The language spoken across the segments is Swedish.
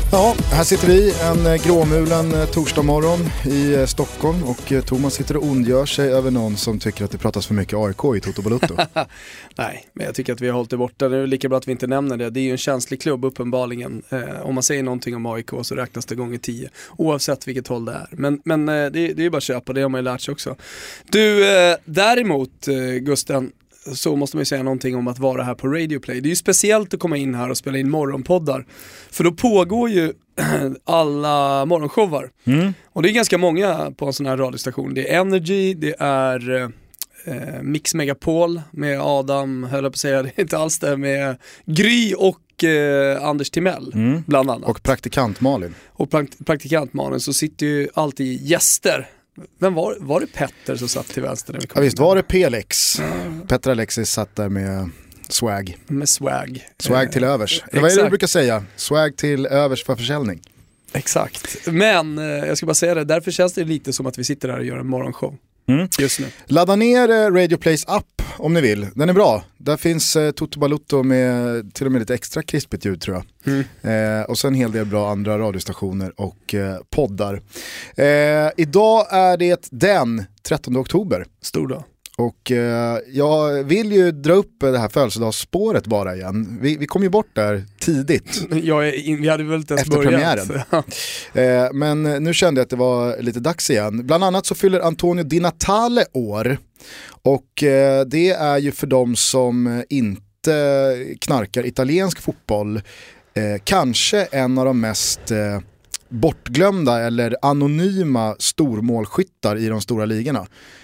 Ja, här sitter vi en gråmulen torsdag morgon i Stockholm och Thomas sitter och ondgör sig över någon som tycker att det pratas för mycket AIK i Toto Balotto. Nej, men jag tycker att vi har hållit det borta. Det är lika bra att vi inte nämner det. Det är ju en känslig klubb uppenbarligen. Om man säger någonting om AIK så räknas det gånger 10. Oavsett vilket håll det är. Men det är ju bara att köpa, det har man ju lärt sig också. Du, däremot Gusten, så måste man ju säga någonting om att vara här på Radio Play. Det är ju speciellt att komma in här och spela in morgonpoddar. För då pågår ju alla morgonshowar. Och det är ganska många på en sån här radiostation. Det är Energy, det är Mix Megapol med Adam, höll jag på att säga, det är inte alls det, med Gry och Anders Timell bland annat. Och praktikant Malin. Och praktikant Malin, så sitter ju alltid gäster. Men var det Petter som satt till vänster när vi kom? Ja visst var det Pelex. Petter Alexis satt där med swag. Med swag. Swag till övers. Vad är det du brukar säga? Swag till övers för försäljning. Exakt. Men jag ska bara säga det, därför känns det lite som att vi sitter här och gör en morgonshow. Just nu. Ladda ner Radio Plays app om ni vill. Den är bra. Där finns Toto Balotto med till och med lite extra krispigt ljud tror jag. Och sen en hel del bra andra radiostationer och poddar. Idag är det den 13 oktober. Stor dag. Och jag vill ju dra upp det här födelsedagsspåret bara igen. Vi kom ju bort där tidigt. Vi hade väl inte ens efter börjat. Premiären. Men nu kände jag att det var lite dags igen. Bland annat så fyller Antonio Di Natale år. Och det är ju för dem som inte knarkar italiensk fotboll kanske en av de mest bortglömda eller anonyma stormålskyttar i de stora ligorna.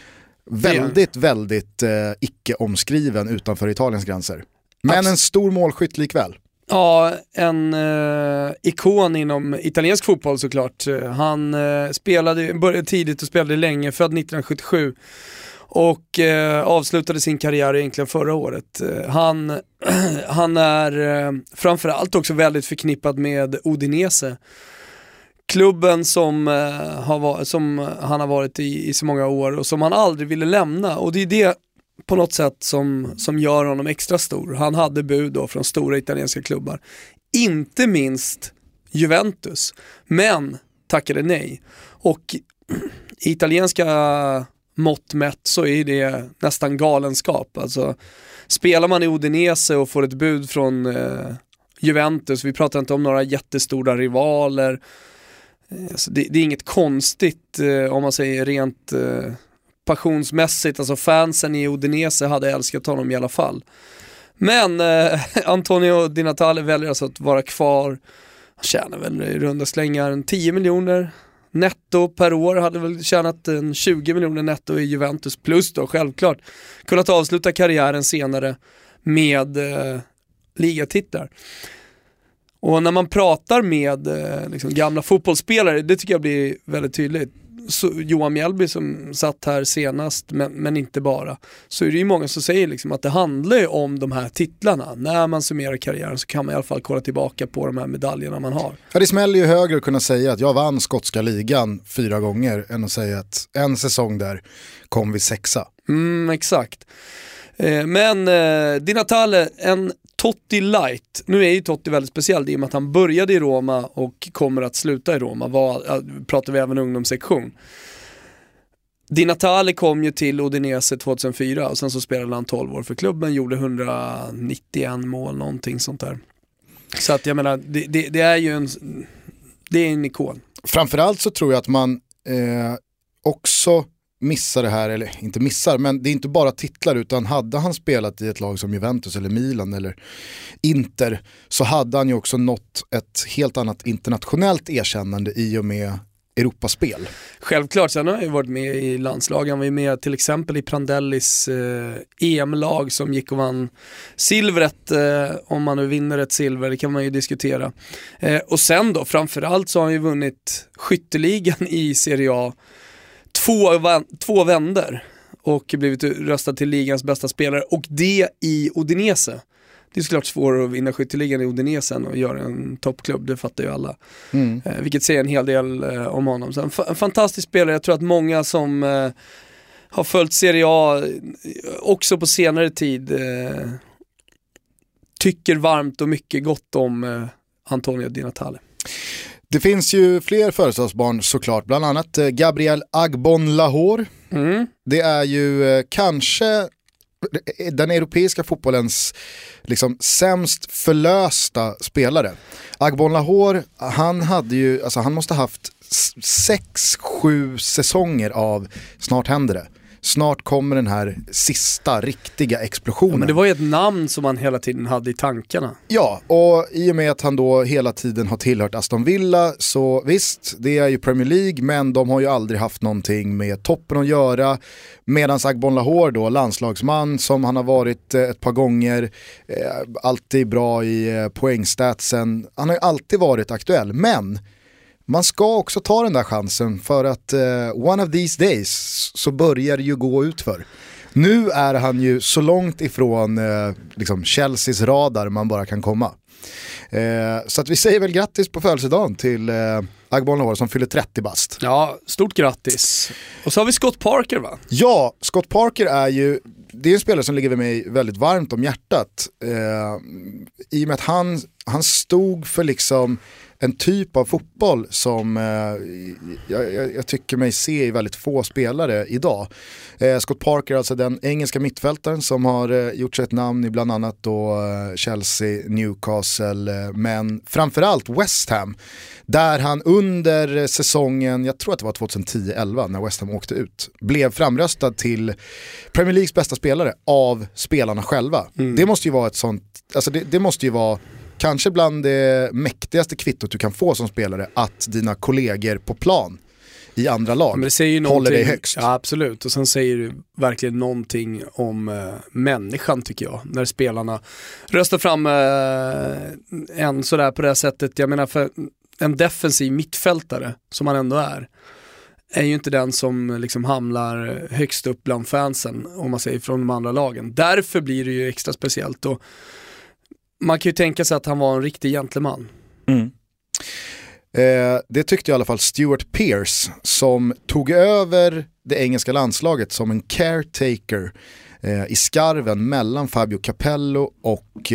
Väldigt icke-omskriven utanför Italiens gränser. Men en stor målskytt likväl. Ja, en ikon inom italiensk fotboll såklart. Han började tidigt och spelade länge, född 1977. Och avslutade sin karriär egentligen förra året. Han är framförallt också väldigt förknippad med Udinese. Klubben som han har varit i så många år och som han aldrig ville lämna. Och det är det på något sätt som gör honom extra stor. Han hade bud då från stora italienska klubbar. Inte minst Juventus. Men tackade nej. Och i italienska mått mätt så är det nästan galenskap. Alltså, spelar man i Udinese och får ett bud från Juventus, vi pratar inte om några jättestora rivaler. Alltså det är inget konstigt om man säger rent passionsmässigt. Alltså fansen i Udinese hade älskat honom i alla fall. Men Antonio Di Natale väljer alltså att vara kvar. Han tjänar väl i runda slängar 10 miljoner netto per år. Hade väl tjänat 20 miljoner netto i Juventus plus då självklart. Kunnat avsluta karriären senare med ligatitlar. Och när man pratar med liksom gamla fotbollsspelare, det tycker jag blir väldigt tydligt. Så Johan Mjällby som satt här senast, men inte bara, så är det ju många som säger liksom att det handlar ju om de här titlarna. När man summerar karriären så kan man i alla fall kolla tillbaka på de här medaljerna man har. Ja, det smäller ju högre att kunna säga att jag vann skotska ligan 4 gånger än att säga att en säsong där kom vi 6. Exakt. Men Di Natale, en Totti light. Nu är ju Totti väldigt speciell i och med att han började i Roma och kommer att sluta i Roma. Pratar vi även ungdomssektion. Di Natale kom ju till Udinese 2004 och sen så spelade han 12 år för klubben, gjorde 191 mål, någonting sånt där. Så att jag menar, det är ju en ikon. Framförallt så tror jag att man också missar det här, eller inte missar, men det är inte bara titlar, utan hade han spelat i ett lag som Juventus eller Milan eller Inter så hade han ju också nått ett helt annat internationellt erkännande i och med Europaspel. Självklart, sen har han ju varit med i landslagen. Han var ju med till exempel i Prandellis EM-lag som gick och vann silvret. Om man nu vinner ett silver, det kan man ju diskutera. Och sen då, framförallt så har han ju vunnit skytteligan i Serie A 2 vänder och blivit röstad till ligans bästa spelare, och det i Udinese. Det är såklart svårare att vinna skytteligan i Udinese och göra en toppklubb, det fattar ju alla. Vilket säger en hel del om honom. Så en fantastisk spelare. Jag tror att många som har följt Serie A också på senare tid tycker varmt och mycket gott om Antonio Di Natale. Det finns ju fler födelsedagsbarn såklart, bland annat Gabriel Agbonlahor. Det är ju kanske den europeiska fotbollens liksom sämst förlösta spelare. Agbonlahor, han måste ha haft 6-7 säsonger av snart händer det. Snart kommer den här sista riktiga explosionen. Ja, men det var ju ett namn som man hela tiden hade i tankarna. Ja, och i och med att han då hela tiden har tillhört Aston Villa, så visst, det är ju Premier League, men de har ju aldrig haft någonting med toppen att göra. Medan Agbonlahor då, landslagsman som han har varit ett par gånger, alltid bra i poängstatsen. Han har ju alltid varit aktuell, men man ska också ta den där chansen, för att one of these days så börjar det ju gå ut för. Nu är han ju så långt ifrån liksom Chelseas radar man bara kan komma. Så att vi säger väl grattis på födelsedagen till Agbonlahor som fyller 30 bast. Ja, stort grattis. Och så har vi Scott Parker, va? Ja, Scott Parker det är en spelare som ligger mig väldigt varmt om hjärtat. I och med att han stod för liksom en typ av fotboll som jag tycker mig se i väldigt få spelare idag. Scott Parker, alltså den engelska mittfältaren som har gjort sig ett namn i bland annat då Chelsea, Newcastle, men framförallt West Ham, där han under säsongen, jag tror att det var 2010-11 när West Ham åkte ut, blev framröstad till Premier Leagues bästa spelare av spelarna själva. Det måste ju vara ett sånt, alltså det måste ju vara kanske bland det mäktigaste kvittot du kan få som spelare, att dina kollegor på plan i andra lag håller dig högst. Ja, absolut. Och sen säger du verkligen någonting om människan, tycker jag. När spelarna röstar fram en sådär på det här sättet. Jag menar, för en defensiv mittfältare som han ändå är ju inte den som liksom hamnar högst upp bland fansen, om man säger, från de andra lagen. Därför blir det ju extra speciellt, och man kan ju tänka sig att han var en riktig gentleman. Det tyckte i alla fall Stuart Pearce, som tog över det engelska landslaget som en caretaker i skarven mellan Fabio Capello och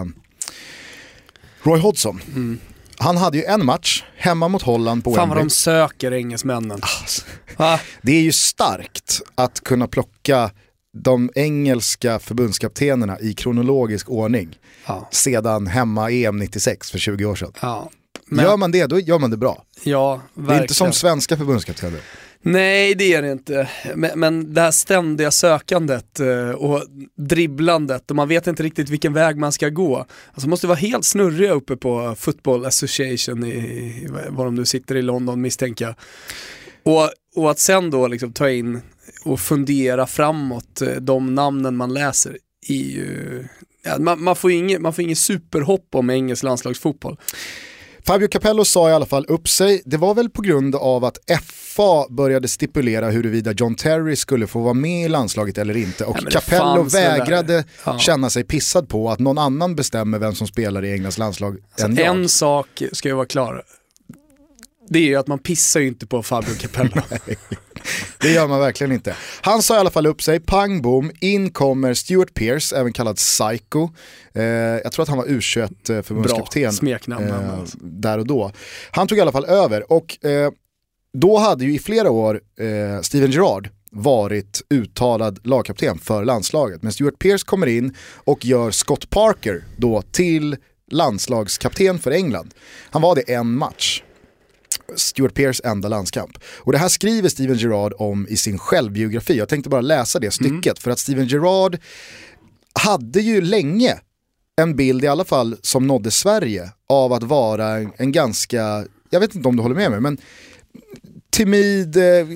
Roy Hodgson. Han hade ju en match hemma mot Holland på Wembley. Fan vad de söker engelsmännen. Det är ju starkt att kunna plocka de engelska förbundskaptenerna i kronologisk ordning sedan hemma EM 96 för 20 år sedan. Ja, men gör man det, då gör man det bra. Ja, verkligen. Det är inte som svenska förbundskaptener. Nej, det är det inte. Men det här ständiga sökandet och dribblandet, och man vet inte riktigt vilken väg man ska gå. Alltså måste vara helt snurriga uppe på Football Association i var de nu sitter i London, misstänker jag. Och att sen då liksom ta in och fundera framåt de namnen man läser är ju, ja, man får ingen superhopp om engelsk landslagsfotboll. Fabio Capello sa i alla fall upp sig. Det var väl på grund av att FA började stipulera huruvida John Terry skulle få vara med i landslaget eller inte. Och Capello vägrade känna sig pissad på att någon annan bestämmer vem som spelar i Englands landslag än jag. En sak ska jag vara klar. Det är ju att man pissar ju inte på Fabio Capello. Det gör man verkligen inte. Han sa i alla fall upp sig, pang boom, in kommer Stuart Pearce, även kallad Psycho. Jag tror att han var U21 förbundskapten där och då. Han tog i alla fall över, och då hade ju i flera år Steven Gerrard varit uttalad lagkapten för landslaget. Men Stuart Pearce kommer in och gör Scott Parker då till landslagskapten för England. Han var det en match. Stuart Pearce enda landskamp. Och det här skriver Steven Gerrard om i sin självbiografi. Jag tänkte bara läsa det stycket, för att Steven Gerrard hade ju länge en bild i alla fall som nådde Sverige av att vara en ganska, jag vet inte om du håller med mig, men timid,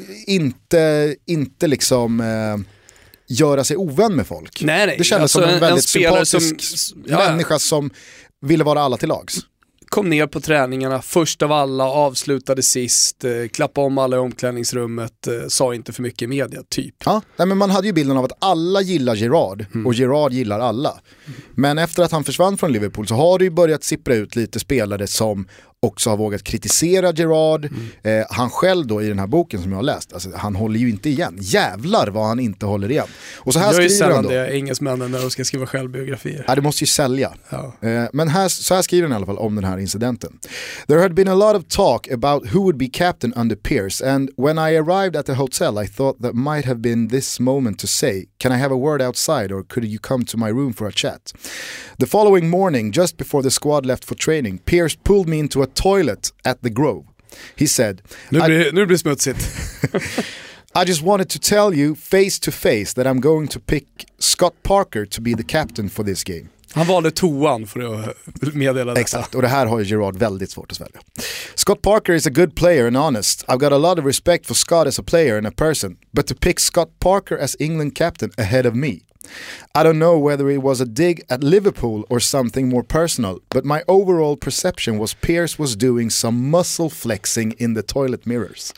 inte liksom göra sig ovän med folk. Nej. Det kändes alltså som en väldigt sympatisk människa som som ville vara alla till lags. Kom ner på träningarna, först av alla, avslutade sist, klappa om alla i omklädningsrummet, sa inte för mycket i media, typ. Ja, nej, men man hade ju bilden av att alla gillar Gerrard och Gerrard gillar alla. Men efter att han försvann från Liverpool så har det ju börjat sippra ut lite spelare som också har vågat kritisera Gerrard. Han själv då i den här boken som jag har läst, alltså, han håller ju inte igen. Jävlar vad han inte håller igen. Och så här skriver han då. Det är engelsmännen när de ska skriva självbiografier. Ja, det måste ju sälja. Ja. Men så här skriver han i alla fall om den här incidenten. There had been a lot of talk about who would be captain under Pierce, and when I arrived at the hotel I thought that might have been this moment to say, can I have a word outside or could you come to my room for a chat? The following morning, just before the squad left for training, Pierce pulled me into a toilet at the Grove. He said, nu blir det smutsigt. I just wanted to tell you face to face that I'm going to pick Scott Parker to be the captain for this game. Han valde toan för att meddela detta. Exakt, och det här har ju Gerrard väldigt svårt att svälja. Scott Parker is a good player and honest. I've got a lot of respect for Scott as a player and a person. But to pick Scott Parker as England captain ahead of me. I don't know whether it was a dig at Liverpool or something more personal, but my overall perception was Pierce was doing some muscle flexing in the toilet mirrors.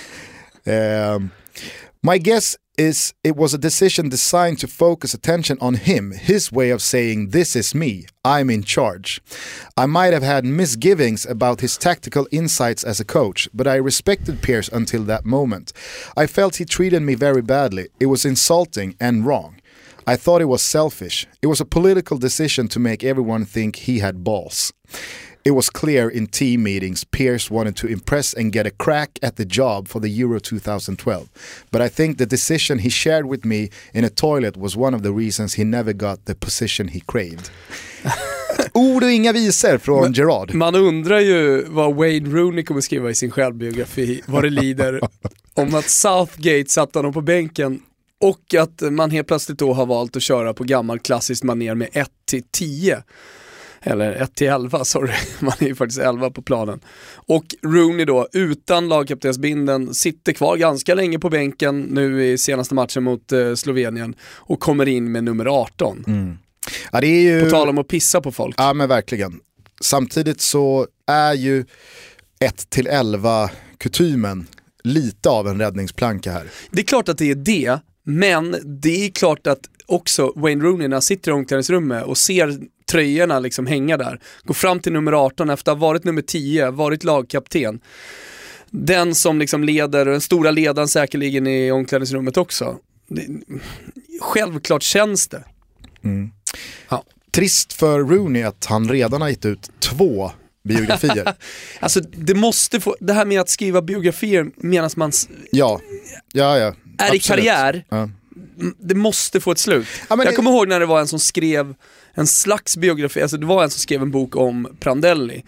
My guess is it was a decision designed to focus attention on him, his way of saying this is me, I'm in charge. I might have had misgivings about his tactical insights as a coach, but I respected Pierce until that moment. I felt he treated me very badly. It was insulting and wrong. I thought it was selfish. It was a political decision to make everyone think he had balls. It was clear in team meetings Pierce wanted to impress and get a crack at the job for the Euro 2012. But I think the decision he shared with me in a toilet was one of the reasons he never got the position he craved. Ord och inga visor från Gerrard. Man undrar ju vad Wayne Rooney kommer skriva i sin självbiografi, vad det lider om att Southgate satt honom på bänken och att man helt plötsligt då har valt att köra på gammal klassiskt manér med 1-10. Eller 1-11, sorry. Man är ju faktiskt 11 på planen. Och Rooney då, utan lagkaptensbindeln, sitter kvar ganska länge på bänken nu i senaste matchen mot Slovenien och kommer in med nummer 18. Ja, det är ju... På tal om att pissa på folk. Ja, men verkligen. Samtidigt så är ju 1-11 kutymen lite av en räddningsplanka här. Det är klart att det är det, men det är klart att också Wayne Rooney när han sitter i omklädningsrummet och ser tröjorna liksom hänga där, går fram till nummer 18 efter att ha varit nummer 10, varit lagkapten. Den som liksom leder, den stora ledaren säkerligen i omklädningsrummet också. Självklart känns det. Ja. Trist för Rooney att han redan har gett ut 2 biografier. Alltså det måste få, det här med att skriva biografier medan man är absolut. i karriär, det måste få ett slut. Ja, jag kommer ihåg när det var en som skrev en slags biografi, alltså det var en som skrev en bok om Prandelli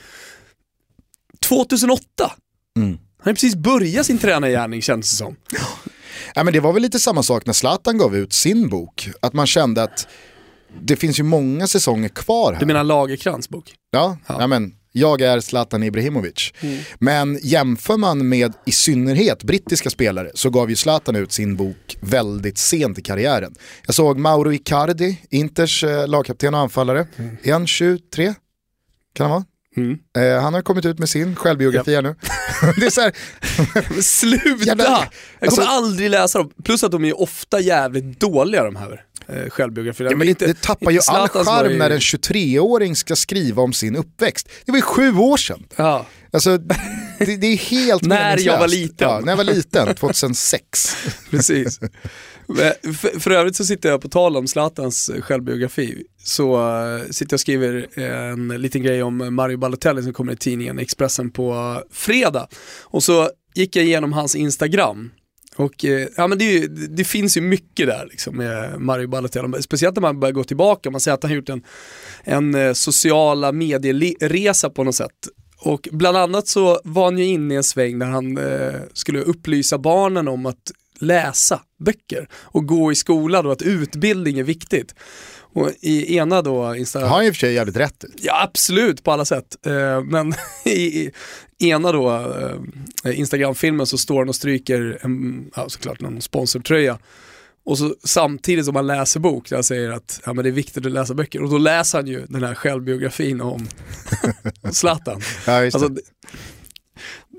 2008. Han har precis börjat sin tränargärning, känns det som. Ja, men det var väl lite samma sak när Zlatan gav ut sin bok, att man kände att det finns ju många säsonger kvar här. Du menar Lagercrantz bok? Ja. Men jag är Zlatan Ibrahimovic. Men jämför man med i synnerhet brittiska spelare så gav ju Zlatan ut sin bok väldigt sent i karriären. Jag såg Mauro Icardi, Inters lagkapten och anfallare. 1-23 kan han vara. Han har kommit ut med sin självbiografi här nu. Det är så här... Sluta! Jag kommer aldrig läsa dem. Plus att de är ofta jävligt dåliga, de här självbiografier. Ja, men det tappar ju all charm när en 23-åring ska skriva om sin uppväxt. Det var ju 7 år sedan. Ja. Alltså, det är helt när jag var liten. Ja, när jag var liten, 2006. Precis. För övrigt så sitter jag på tal om Zlatans självbiografi, så sitter jag och skriver en liten grej om Mario Balotelli som kommer i tidningen Expressen på fredag. Och så gick jag igenom hans Instagram. Och ja, men det finns ju mycket där liksom med Mario Balotelli, speciellt när man börjar gå tillbaka. Man säger att han har gjort en sociala medieresa på något sätt. Och bland annat så var han ju inne i en sväng där han skulle upplysa barnen om att läsa böcker och gå i skolan och att utbildning är viktigt. Och i ena då Instagram... Har han i och för sig jävligt rätt. Ja, absolut, på alla sätt. Men i ena då Instagram-filmen så står han och stryker såklart någon sponsortröja. Och så samtidigt som man läser bok där säger att men det är viktigt att läsa böcker. Och då läser han ju den här självbiografin om Zlatan. Ja, just det. Alltså,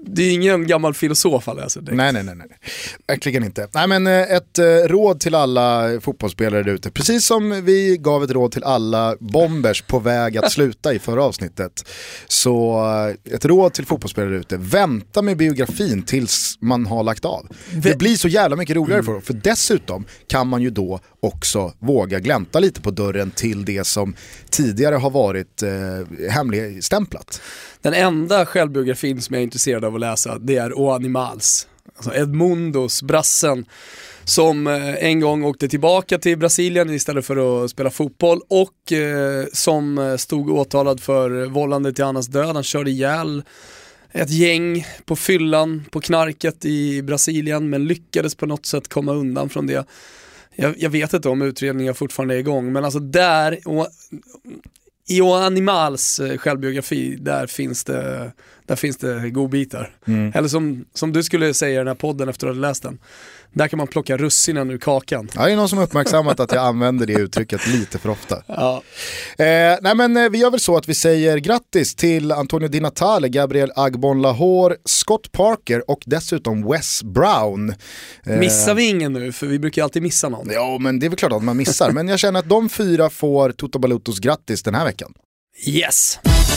Det är ingen gammal filosof alltså. Nej. Verkligen inte. Nej, men ett råd till alla fotbollsspelare där ute. Precis som vi gav ett råd till alla bombers på väg att sluta i förra avsnittet. Så ett råd till fotbollsspelare där ute. Vänta med biografin tills man har lagt av. Det blir så jävla mycket roligare för dessutom kan man ju då också våga glänta lite på dörren till det som tidigare har varit hemligstämplat. Den enda självbiografin som jag är intresserad av att läsa, det är O Animals. Alltså Edmundos, brassen, som en gång åkte tillbaka till Brasilien istället för att spela fotboll och som stod åtalad för vållande till annans död. Han körde ihjäl ett gäng på fyllan, på knarket i Brasilien, men lyckades på något sätt komma undan från det. Jag vet inte om utredningen fortfarande är igång, men alltså där... I O Animals självbiografi, där finns det godbitar. Eller som du skulle säga i den här podden efter att du hade läst den. Där kan man plocka russinen ur kakan. Ja, det är någon som har uppmärksammat att jag använder det uttrycket lite för ofta. Ja. Nej, men vi gör väl så att vi säger grattis till Antonio Di Natale, Gabriel Agbonlahor, Scott Parker och dessutom Wes Brown. Missar vi ingen nu? För vi brukar alltid missa någon. Ja, men det är väl klart att man missar. Men jag känner att de 4 får Toto Balutos grattis den här veckan. Yes!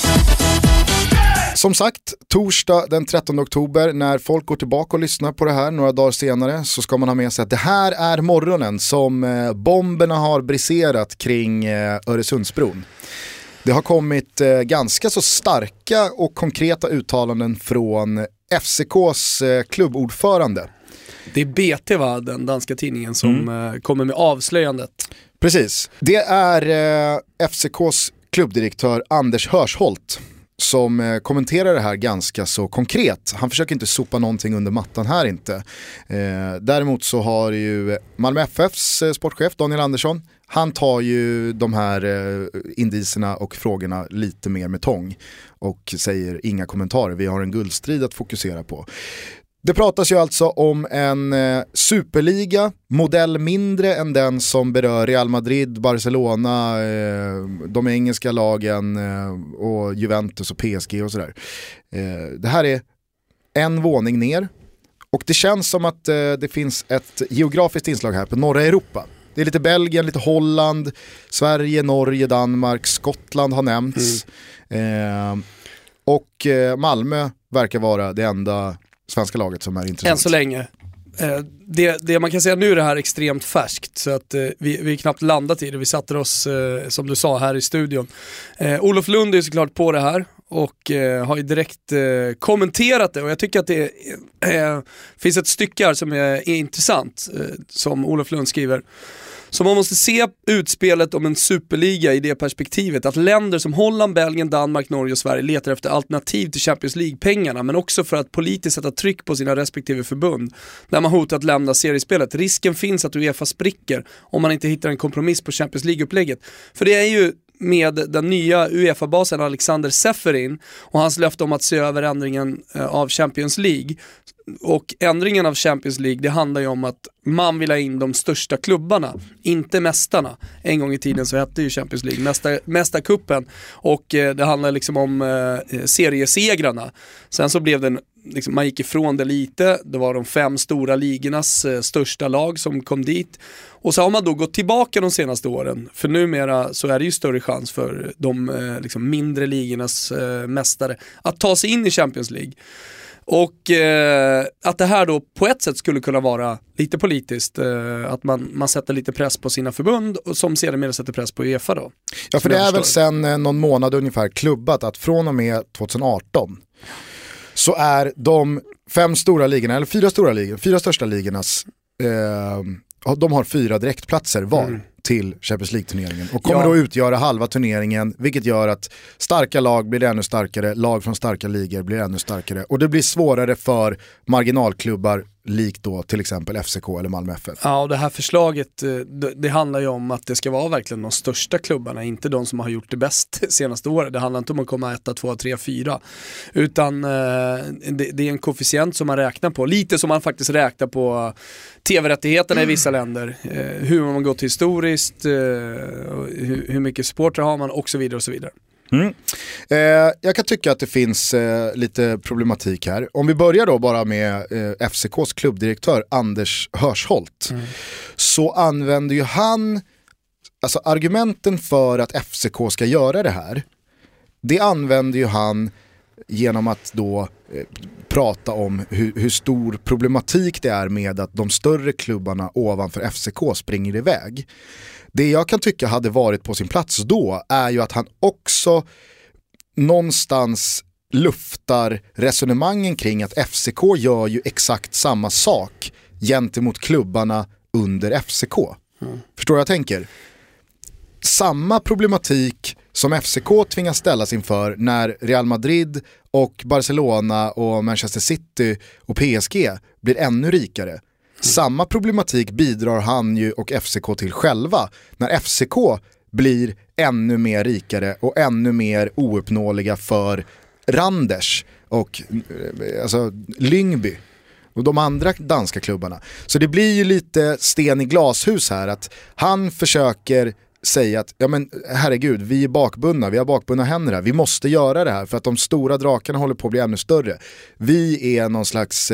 Som sagt, torsdag den 13 oktober, när folk går tillbaka och lyssnar på det här några dagar senare, så ska man ha med sig att det här är morgonen som bomberna har briserat kring Öresundsbron. Det har kommit ganska så starka och konkreta uttalanden från FCKs klubbordförande. Det är BT, va, den danska tidningen som kommer med avslöjandet. Precis, det är FCKs klubbdirektör Anders Hörsholt som kommenterar det här ganska så konkret. Han försöker inte sopa någonting under mattan här inte. Däremot så har ju Malmö FFs sportchef Daniel Andersson, han tar ju de här indicierna och frågorna lite mer med tång och säger inga kommentarer. Vi har en guldstrid att fokusera på. Det pratas ju alltså om en superliga, modell mindre än den som berör Real Madrid, Barcelona, de engelska lagen och Juventus och PSG och sådär. Det här är en våning ner och det känns som att det finns ett geografiskt inslag här på norra Europa. Det är lite Belgien, lite Holland, Sverige, Norge, Danmark, Skottland har nämnts. Och Malmö verkar vara det enda svenska laget som är intressant. Än så länge. Det man kan säga nu är det här extremt färskt, så att vi knappt landat i det. Vi satte oss, som du sa, här i studion. Olof Lund är såklart på det här och har ju direkt kommenterat det, och jag tycker att det finns ett stycke här som är intressant, som Olof Lund skriver. Så man måste se utspelet om en superliga i det perspektivet att länder som Holland, Belgien, Danmark, Norge och Sverige letar efter alternativ till Champions League-pengarna, men också för att politiskt sätta tryck på sina respektive förbund när man hotar att lämna seriespelet. Risken finns att UEFA spricker om man inte hittar en kompromiss på Champions League-upplägget. För det är ju med den nya UEFA-basen Alexander Seferin och hans löfte om att se över ändringen av Champions League. Och ändringen av Champions League, det handlar ju om att man vill ha in de största klubbarna, inte mästarna. En gång i tiden så hette ju Champions League mästarkuppen, och det handlar liksom om seriesegrarna. Sen så blev det liksom, man gick ifrån det lite. Det var de 5 stora ligornas största lag som kom dit. Och så har man då gått tillbaka de senaste åren. För numera så är det ju större chans för de liksom mindre ligornas mästare att ta sig in i Champions League. Och att det här då på ett sätt skulle kunna vara lite politiskt, att man sätter lite press på sina förbund och som sedermera sätter press på UEFA då. Ja, för det är väl sen någon månad ungefär klubbat att från och med 2018 så är de 5 stora ligorna, eller 4 stora ligor, 4 största ligornas, de har 4 direktplatser var till Champions League-turneringen och kommer då utgöra halva turneringen, vilket gör att starka lag blir ännu starkare, lag från starka ligor blir ännu starkare, och det blir svårare för marginalklubbar likt då till exempel FCK eller Malmö FF. Ja, och det här förslaget, det handlar ju om att det ska vara verkligen de största klubbarna, inte de som har gjort det bäst senaste året. Det handlar inte om att komma 1, 2, 3, 4, utan det är en koefficient som man räknar på, lite som man faktiskt räknar på tv-rättigheterna i vissa länder, hur man gått historiskt, hur mycket supporter har man och så vidare och så vidare. Jag kan tycka att det finns lite problematik här. Om vi börjar då bara med FCKs klubbdirektör Anders Hörsholt, så använder ju han, alltså argumenten för att FCK ska göra det här, det använder ju han genom att då prata om hur stor problematik det är med att de större klubbarna ovanför FCK springer iväg. Det jag kan tycka hade varit på sin plats då är ju att han också någonstans luftar resonemangen kring att FCK gör ju exakt samma sak gentemot klubbarna under FCK. Förstår vad jag tänker? Samma problematik som FCK tvingas ställas inför när Real Madrid och Barcelona och Manchester City och PSG blir ännu rikare. Samma problematik bidrar han ju och FCK till själva när FCK blir ännu mer rikare och ännu mer ouppnåeliga för Randers och alltså Lyngby och de andra danska klubbarna. Så det blir ju lite sten i glashus här, att han försöker säga att ja men herregud, vi är bakbundna, vi har bakbundna händer här, vi måste göra det här för att de stora drakarna håller på att bli ännu större. Vi är någon slags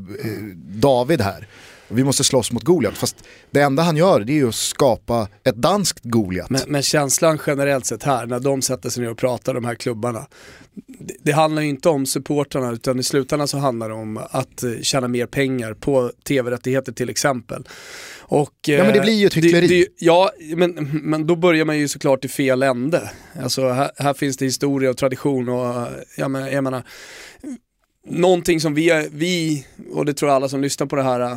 David här. Vi måste slåss mot Goliat. Fast det enda han gör, det är ju att skapa ett danskt Goliat. Men känslan generellt sett här, när de sätter sig ner och pratar, de här klubbarna, det handlar ju inte om supportarna, utan i slutändan så handlar det om att tjäna mer pengar på tv-rättigheter till exempel. Och, ja men det blir ju ett hyckleri. Men då börjar man ju såklart i fel ände. Alltså här finns det historia och tradition och jag menar någonting som vi och det tror jag alla som lyssnar på det här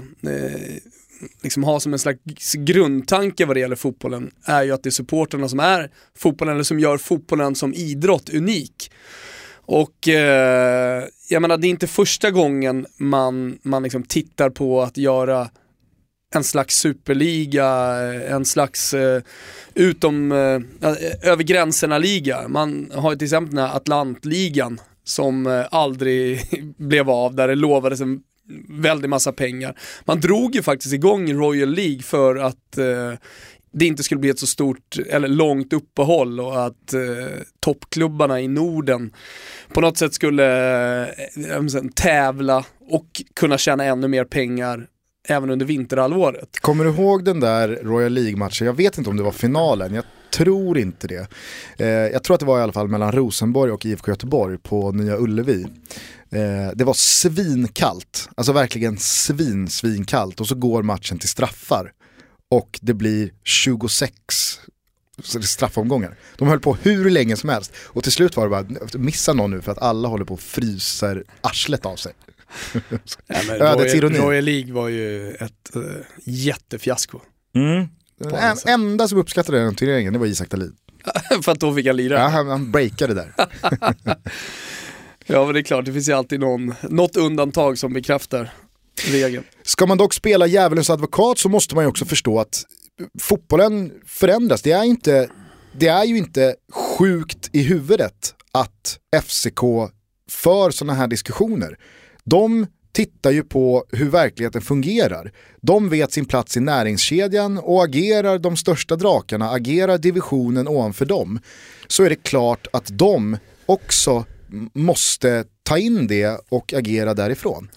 liksom har som en slags grundtanke vad det gäller fotbollen, är ju att det är supporterna som är fotbollen, eller som gör fotbollen som idrott unik. Och jag menar, det är inte första gången man liksom tittar på att göra en slags superliga, en slags över gränserna-liga. Man har ju till exempel den här Atlantligan som aldrig blev av, där det lovades en väldigt massa pengar. Man drog ju faktiskt igång Royal League för att det inte skulle bli ett så stort eller långt uppehåll och att toppklubbarna i Norden på något sätt skulle tävla och kunna tjäna ännu mer pengar även under vinterhalvåret. Kommer du ihåg den där Royal League-matchen? Jag vet inte om det var finalen, jag tror inte det. Jag tror att det var i alla fall mellan Rosenborg och IFK Göteborg på Nya Ullevi. Det var svinkallt, alltså verkligen svinkallt, och så går matchen till straffar och det blir 26 straffomgångar. De höll på hur länge som helst och till slut var det bara missa någon nu för att alla håller på och fryser arslet av sig. Ja, men Royal League var ju ett jättefiasko. Den enda som uppskattade den turneringen, det var Isak Dahlin. För att då fick jag lira. Ja, han breakade där. Ja, men det är klart, det finns ju alltid något undantag som bekräftar regeln. Ska man dock spela djävulens advokat så måste man ju också förstå att fotbollen förändras. Det är ju inte sjukt i huvudet att FCK för sådana här diskussioner. De tittar ju på hur verkligheten fungerar. De vet sin plats i näringskedjan och agerar de största drakarna, agerar divisionen ovanför dem, så är det klart att de också måste ta in det och agera därifrån.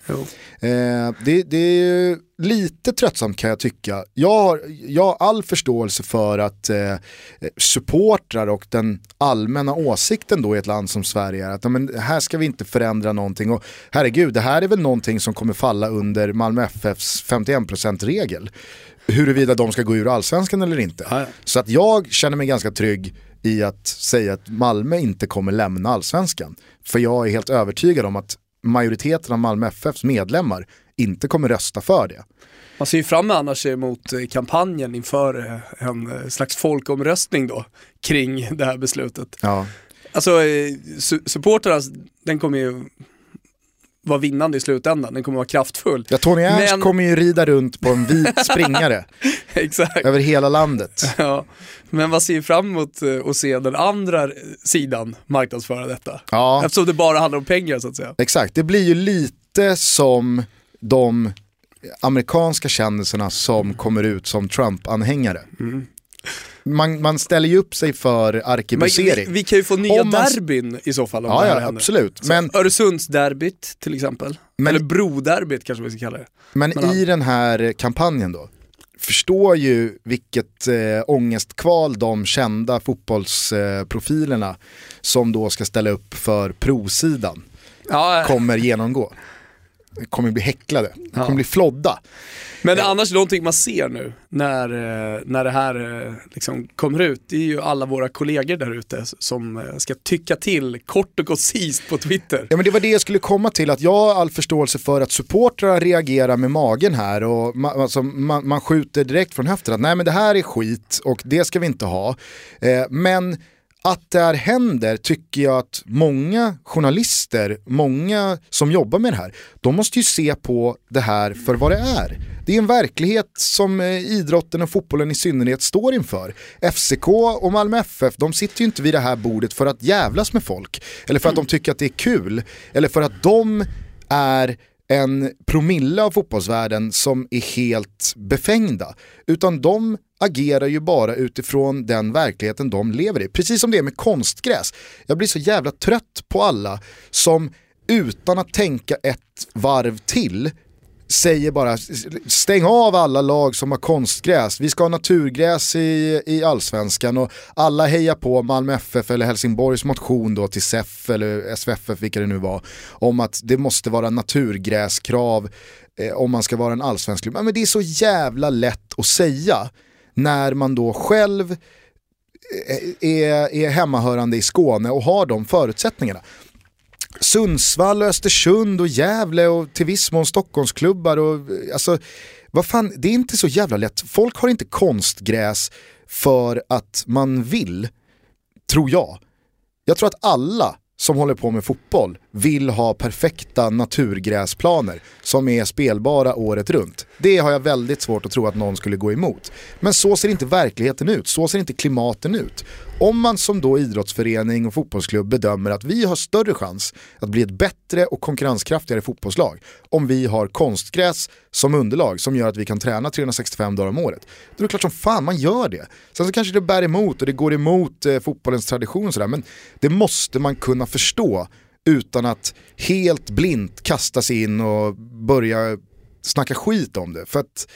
Det är lite tröttsamt kan jag tycka. Jag har all förståelse för att supportrar och den allmänna åsikten då i ett land som Sverige är att men, här ska vi inte förändra någonting, och herregud, det här är väl någonting som kommer falla under Malmö FFs 51%-regel, huruvida de ska gå ur allsvenskan eller inte. Ja. Så att jag känner mig ganska trygg i att säga att Malmö inte kommer lämna allsvenskan. För jag är helt övertygad om att majoriteten av Malmö FFs medlemmar inte kommer rösta för det. Man ser ju fram annars emot kampanjen inför en slags folkomröstning då kring det här beslutet. Ja. Alltså supporterna, den kommer ju vara vinnande i slutändan. Den kommer vara kraftfull. Ja, Tony Ernst kommer ju rida runt på en vit springare. Exakt. Över hela landet. Ja. Men vad ser ju fram emot att se den andra sidan marknadsföra detta? Ja. Eftersom det bara handlar om pengar så att säga. Exakt, det blir ju lite som de amerikanska kändisarna som kommer ut som Trump-anhängare. Man ställer ju upp sig för arkebusering. Vi kan ju få nya derbyn i så fall. Om det här händer. Absolut. Men Öresundsderbyt till exempel. Eller Broderbyt kanske vi ska kalla det. Men i den här kampanjen då, förstår ju vilket ångestkval de kända fotbollsprofilerna som då ska ställa upp för pro-sidan kommer genomgå. Kommer bli häcklade, kommer bli flodda. Men annars någonting man ser nu när det här liksom kommer ut, det är ju alla våra kollegor där ute som ska tycka till kort och koncist på Twitter. Ja, men det var det jag skulle komma till, att jag har all förståelse för att supportrar reagerar med magen här och man skjuter direkt från höften att nej, men det här är skit och det ska vi inte ha. Men att det här händer tycker jag att många journalister, många som jobbar med det här, de måste ju se på det här för vad det är. Det är en verklighet som idrotten och fotbollen i synnerhet står inför. FCK och Malmö FF, de sitter ju inte vid det här bordet för att jävlas med folk. Eller för att de tycker att det är kul. Eller för att de är en promille av fotbollsvärlden som är helt befängda. Utan de agerar ju bara utifrån den verkligheten de lever i. Precis som det är med konstgräs. Jag blir så jävla trött på alla som utan att tänka ett varv till säger bara stäng av alla lag som har konstgräs. Vi ska ha naturgräs i allsvenskan och alla hejar på Malmö FF eller Helsingborgs motion då till SEF eller SVFF, vilka det nu var, om att det måste vara naturgräskrav om man ska vara en allsvensk klubb. Men det är så jävla lätt att säga när man då själv är hemmahörande i Skåne och har de förutsättningarna. Sundsvall, Östersund och Gävle och till viss mån Stockholmsklubbar och alltså, vad fan, det är inte så jävla lätt. Folk har inte konstgräs för att man vill, tror jag. Jag tror att alla som håller på med fotboll vill ha perfekta naturgräsplaner som är spelbara året runt. Det har jag väldigt svårt att tro att någon skulle gå emot. Men så ser inte verkligheten ut, så ser inte klimaten ut. Om man som då idrottsförening och fotbollsklubb bedömer att vi har större chans att bli ett bättre och konkurrenskraftigare fotbollslag om vi har konstgräs som underlag som gör att vi kan träna 365 dagar om året, då är det klart som fan man gör det. Sen så kanske det bär emot och det går emot fotbollens tradition och sådär, men det måste man kunna förstå utan att helt blint kasta sig in och börja snacka skit om det. För att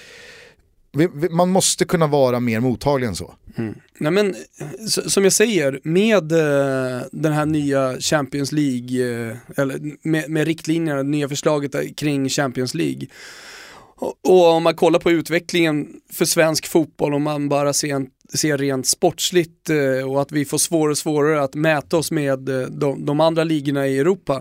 man måste kunna vara mer mottaglig än så. Nej, men som jag säger, med den här nya Champions League eller med riktlinjerna, det nya förslaget kring Champions League, och om man kollar på utvecklingen för svensk fotboll, om man bara ser rent sportsligt och att vi får svårare och svårare att mäta oss med de andra ligorna i Europa,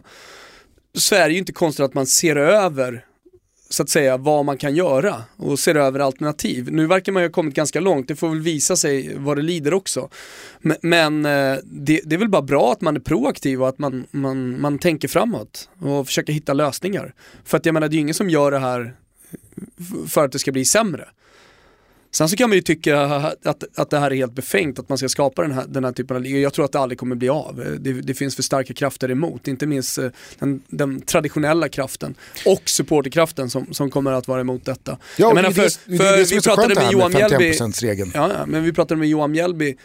så är det ju inte konstigt att man ser över, så att säga, vad man kan göra och ser över alternativ. Nu verkar man ju ha kommit ganska långt, det får väl visa sig vad det lider också. Men det är väl bara bra att man är proaktiv och att man tänker framåt och försöker hitta lösningar. För att jag menar, det är ju ingen som gör det här för att det ska bli sämre. Sen så kan man ju tycka att det här är helt befängt, att man ska skapa den här typen av liga. Jag tror att det aldrig kommer bli av. Det finns för starka krafter emot, inte minst den traditionella kraften och supporterkraften som kommer att vara emot detta. Ja, jag menar, vi pratade med Johan Mjällby. Ja, men vi pratade med Johan Mjällby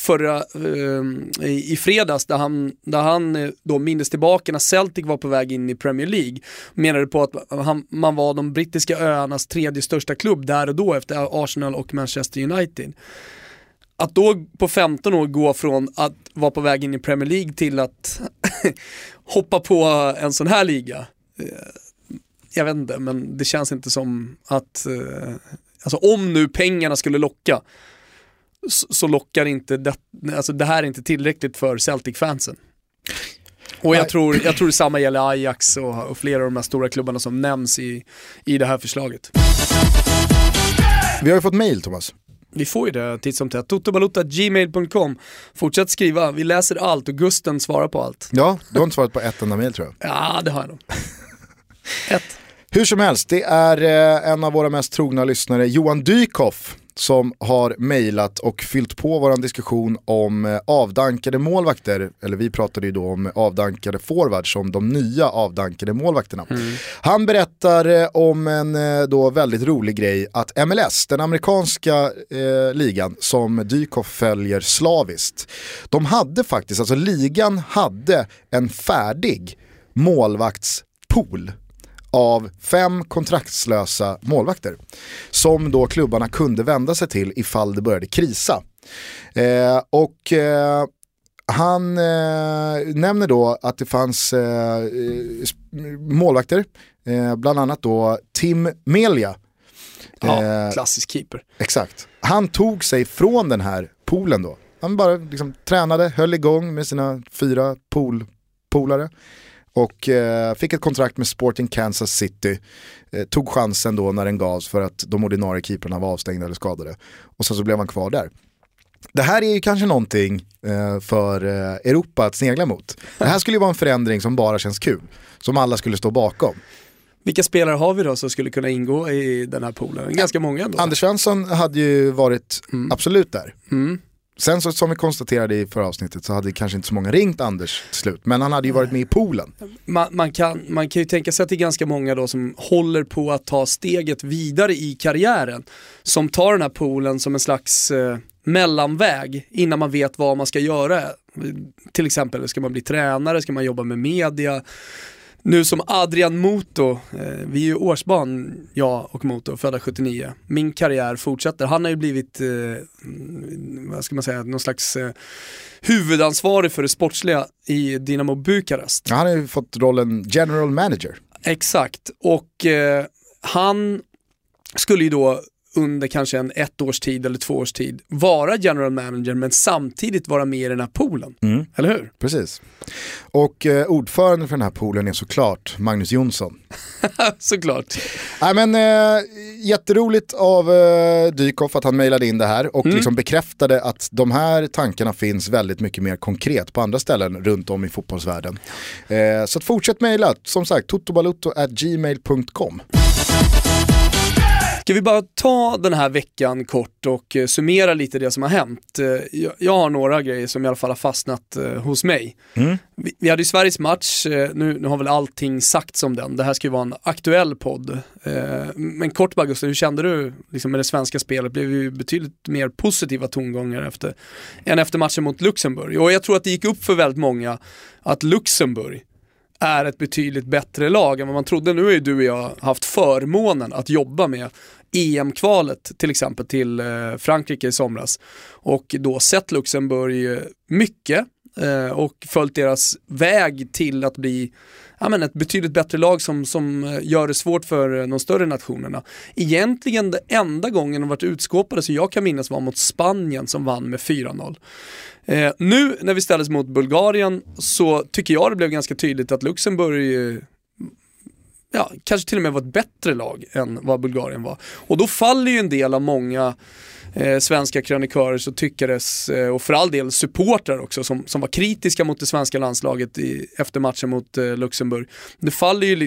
i fredags där han då mindes tillbaka när Celtic var på väg in i Premier League, menade på att man var de brittiska öarnas tredje största klubb där och då efter Arsenal och Manchester United. Att då på 15 år gå från att vara på väg in i Premier League till att hoppa på en sån här liga, jag vet inte, men det känns inte som att alltså om nu pengarna skulle locka, så lockar inte det här är inte tillräckligt för Celtic-fansen. Och jag tror detsamma gäller Ajax och flera av de här stora klubbarna som nämns i det här förslaget. Vi har ju fått mejl, Thomas. Vi får ju det titt som tätt. totobalutta@gmail.com. Fortsätt skriva, vi läser allt och Gusten svarar på allt. Ja, du har inte svarat på ett enda mejl, tror jag. Ja, det har jag nog. Ett. Hur som helst, det är en av våra mest trogna lyssnare, Johan Dykhoff, som har mejlat och fyllt på våran diskussion om avdankade målvakter, eller vi pratade ju då om avdankade forwards som de nya avdankade målvakterna. Han berättar om en då väldigt rolig grej att MLS, den amerikanska ligan som Dykhoff följer slaviskt, de hade faktiskt, alltså ligan hade en färdig målvaktspool av 5 kontraktslösa målvakter som då klubbarna kunde vända sig till ifall det började krisa. Han nämner då att det fanns målvakter, bland annat då Tim Melia. Klassisk keeper. Exakt. Han tog sig från den här poolen då. Han bara liksom tränade, höll igång med sina 4 polare. Och fick ett kontrakt med Sporting Kansas City. Tog chansen då när den gavs för att de ordinarie keeperna var avstängda eller skadade. Och så blev han kvar där. Det här är ju kanske någonting för Europa att snegla mot. Det här skulle ju vara en förändring som bara känns kul. Som alla skulle stå bakom. Vilka spelare har vi då som skulle kunna ingå i den här poolen? Ganska många ändå. Anders Svensson hade ju varit absolut där. Sen så, som vi konstaterade i förra avsnittet, så hade kanske inte så många ringt Anders till slut. Men han hade ju varit med i poolen. Man kan ju tänka sig att det är ganska många då som håller på att ta steget vidare i karriären. Som tar den här poolen som en slags mellanväg innan man vet vad man ska göra. Till exempel, ska man bli tränare, ska man jobba med media. Nu som Adrian Moto, vi är ju årsbarn, jag och Moto, födda 79. Min karriär fortsätter. Han har ju blivit, vad ska man säga, någon slags huvudansvarig för det sportsliga i Dynamo Bukarest. Han har ju fått rollen general manager. Exakt, och han skulle ju då under kanske en 1 års tid eller 2 års tid vara general manager men samtidigt vara med i den här poolen. Eller hur? Precis. Och ordförande för den här poolen är såklart Magnus Jonsson. Såklart. Nej, men jätteroligt av Dykhoff att han mejlade in det här och liksom bekräftade att de här tankarna finns väldigt mycket mer konkret på andra ställen runt om i fotbollsvärlden. Så att fortsätt mejla, som sagt, totobalutto@gmail.com. Ska vi bara ta den här veckan kort och summera lite det som har hänt. Jag har några grejer som i alla fall har fastnat hos mig. Vi hade ju Sveriges match, nu har väl allting sagts om den. Det här ska ju vara en aktuell podd. Men kort bara Gustav, hur kände du liksom med det svenska spelet? Blev ju betydligt mer positiva tongångar än efter matchen mot Luxemburg. Och jag tror att det gick upp för väldigt många att Luxemburg är ett betydligt bättre lag än vad man trodde. Nu har ju du och jag haft förmånen att jobba med EM-kvalet till exempel till Frankrike i somras och då sett Luxemburg mycket och följt deras väg till att bli ett betydligt bättre lag som gör det svårt för de större nationerna. Egentligen det enda gången de varit utskåpade så jag kan minnas var mot Spanien som vann med 4-0. Nu när vi ställdes mot Bulgarien så tycker jag det blev ganska tydligt att Luxemburg kanske till och med var ett bättre lag än vad Bulgarien var. Och då faller ju en del av många svenska krönikörer och tyckares och för all del supportrar också som var kritiska mot det svenska landslaget efter matchen mot Luxemburg. Det faller ju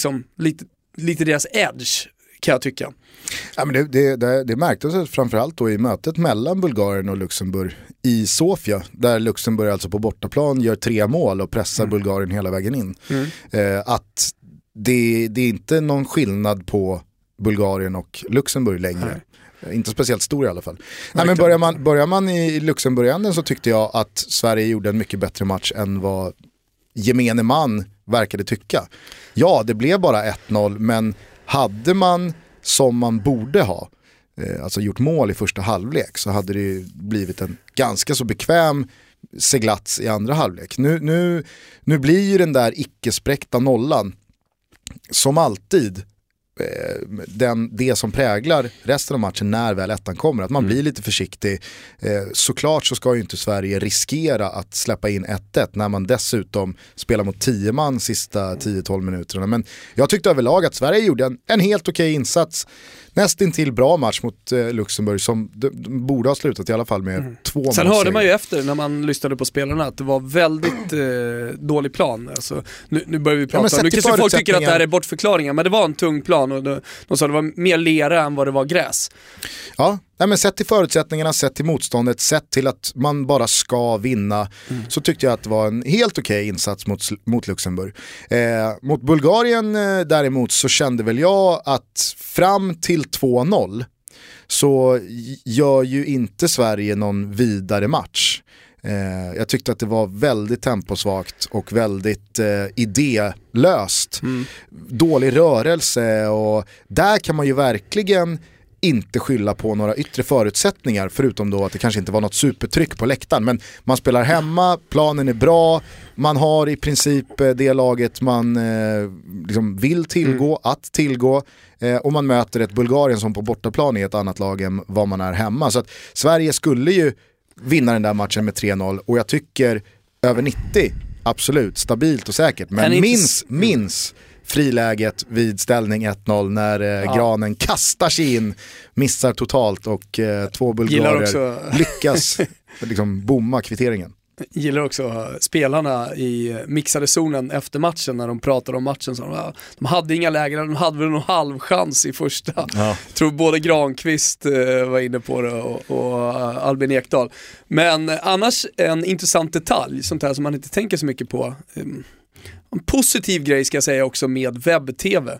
lite deras edge kan jag tycka. Ja, men det märktes framförallt då i mötet mellan Bulgarien och Luxemburg i Sofia, där Luxemburg alltså på bortaplan gör 3 mål och pressar Bulgarien hela vägen in. Att det är inte någon skillnad på Bulgarien och Luxemburg längre. Inte speciellt stor i alla fall. Nej, men börjar man i Luxemburg så tyckte jag att Sverige gjorde en mycket bättre match än vad gemene man verkade tycka. Ja, det blev bara 1-0, men hade man som man borde ha alltså gjort mål i första halvlek så hade det blivit en ganska så bekväm seglats i andra halvlek. Nu blir ju den där icke-spräckta nollan som alltid det som präglar resten av matchen när väl ettan kommer, att man blir lite försiktig. Såklart så ska ju inte Sverige riskera att släppa in 1-1 när man dessutom spelar mot 10 man sista 10-12 minuterna, men jag tyckte överlag att Sverige gjorde en helt okej insats. Nästintill bra match mot Luxemburg som borde ha slutat i alla fall med 2 mål. Sen hörde man ju efter när man lyssnade på spelarna att det var väldigt dålig plan. Alltså, nu börjar vi prata. Nu kanske folk tycker att det här är bortförklaringar, men det var en tung plan plan, och de sa det var mer lera än vad det var gräs. Ja, men sett till förutsättningarna, sett till motståndet, sett till att man bara ska vinna, så tyckte jag att det var en helt okej insats mot Luxemburg. Mot Bulgarien däremot så kände väl jag att fram till 2-0 så gör ju inte Sverige någon vidare match. Jag tyckte att det var väldigt temposvagt och väldigt idélöst. Dålig rörelse, och där kan man ju verkligen inte skylla på några yttre förutsättningar, förutom då att det kanske inte var något supertryck på läktaren, men man spelar hemma, planen är bra, man har i princip det laget man liksom vill tillgå, och man möter ett Bulgarien som på bortaplan är ett annat lag än vad man är hemma. Så att Sverige skulle ju vinna den där matchen med 3-0, och jag tycker över 90, absolut, stabilt och säkert, men minns friläget vid ställning 1-0 när Granen kastar sig in, missar totalt, och två bulgarer lyckas liksom bomma kvitteringen. Gillar också spelarna i mixade zonen efter matchen, när de pratade om matchen, så de hade inga lägen, de hade väl någon halvchans i första. Jag tror både Granqvist var inne på det och Albin Ekdal. Men annars en intressant detalj, sånt här som man inte tänker så mycket på. En positiv grej ska jag säga också med webb-tv.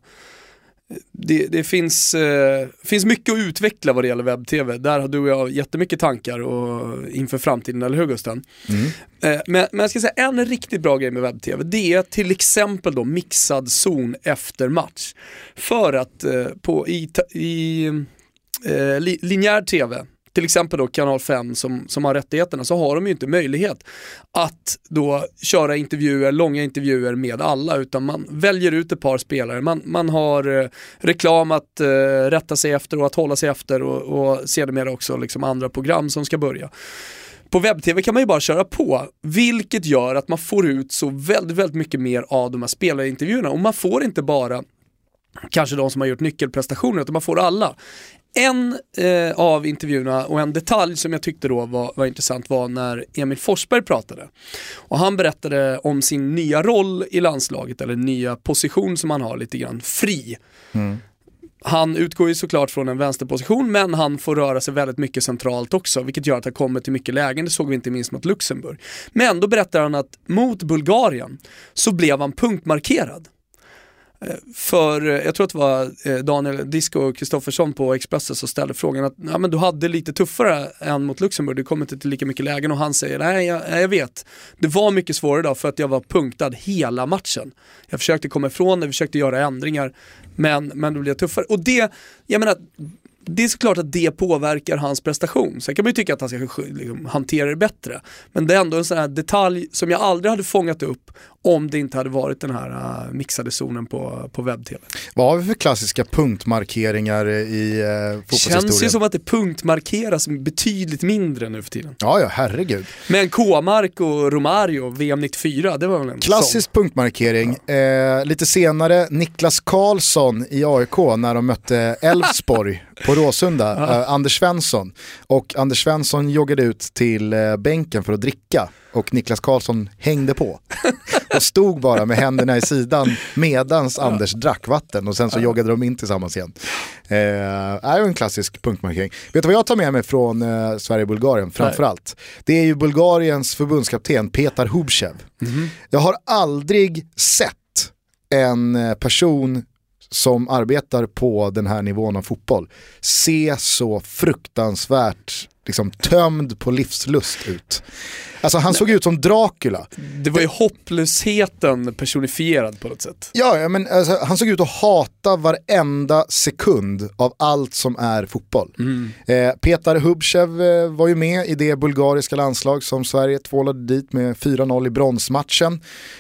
Det finns mycket att utveckla vad det gäller webb-tv. Där har du och jag jättemycket tankar inför framtiden, eller hur Gusten? Men jag ska säga en riktigt bra grej med webb-tv, det är till exempel då mixad zon efter match. För att i linjär tv, till exempel då kanal 5 som har rättigheterna, så har de ju inte möjlighet att då köra långa intervjuer med alla, utan man väljer ut ett par spelare. Man har reklam att rätta sig efter och att hålla sig efter, och sedermera också liksom andra program som ska börja. På webb-tv kan man ju bara köra på, vilket gör att man får ut så väldigt, väldigt mycket mer av de här spelarintervjuerna, och man får inte bara kanske de som har gjort nyckelprestationer, utan man får alla. En av intervjuerna, och en detalj som jag tyckte då var intressant, var när Emil Forsberg pratade. Och han berättade om sin nya roll i landslaget, eller nya position som han har, lite grann fri. Han utgår ju såklart från en vänsterposition, men han får röra sig väldigt mycket centralt också, vilket gör att han kommer till mycket lägen. Det såg vi inte minst mot Luxemburg. Men då berättar han att mot Bulgarien så blev han punktmarkerad. För jag tror att det var Daniel Disco och Kristoffersson på Expressen som ställde frågan att men du hade lite tuffare än mot Luxemburg, du kom inte till lika mycket lägen, och han säger nej jag vet, det var mycket svårare då för att jag var punktad hela matchen. Jag försökte komma ifrån det, försökte göra ändringar, men det blev tuffare, och det, jag menar, det är såklart att det påverkar hans prestation. Sen kan man ju tycka att han ska liksom hantera det bättre. Men det är ändå en sån här detalj som jag aldrig hade fångat upp om det inte hade varit den här mixade zonen på webb-tv. Vad har vi för klassiska punktmarkeringar i fotbollshistorien? Känns ju som att det punktmarkeras betydligt mindre nu för tiden. Ja, herregud. Men K-mark och Romario, VM 94, det var väl en klassisk sån punktmarkering. Lite senare Niklas Karlsson i AIK när de mötte Elfsborg på Råsunda, Anders Svensson. Och Anders Svensson joggade ut till bänken för att dricka, och Niklas Karlsson hängde på och stod bara med händerna i sidan medans Anders drack vatten, och sen så joggade de in tillsammans igen. Är ju en klassisk punktmarkering. Vet du vad jag tar med mig från Sverige-Bulgarien framförallt? Det är ju Bulgariens förbundskapten Petar Hubšev. Jag har aldrig sett en person som arbetar på den här nivån av fotboll se så fruktansvärt liksom tömd på livslust ut. Alltså han såg ut som Dracula. Det var ju hopplösheten personifierad på något sätt. Ja, men alltså, han såg ut att hata varenda sekund av allt som är fotboll. Petar Hubšev var ju med i det bulgariska landslag som Sverige tvålade dit med 4-0 i bronsmatchen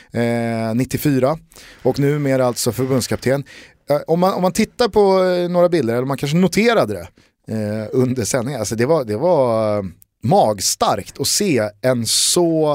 94, och nu mer alltså förbundskapten. Om man tittar på några bilder, eller man kanske noterade det under sändningen, alltså det var magstarkt att se en så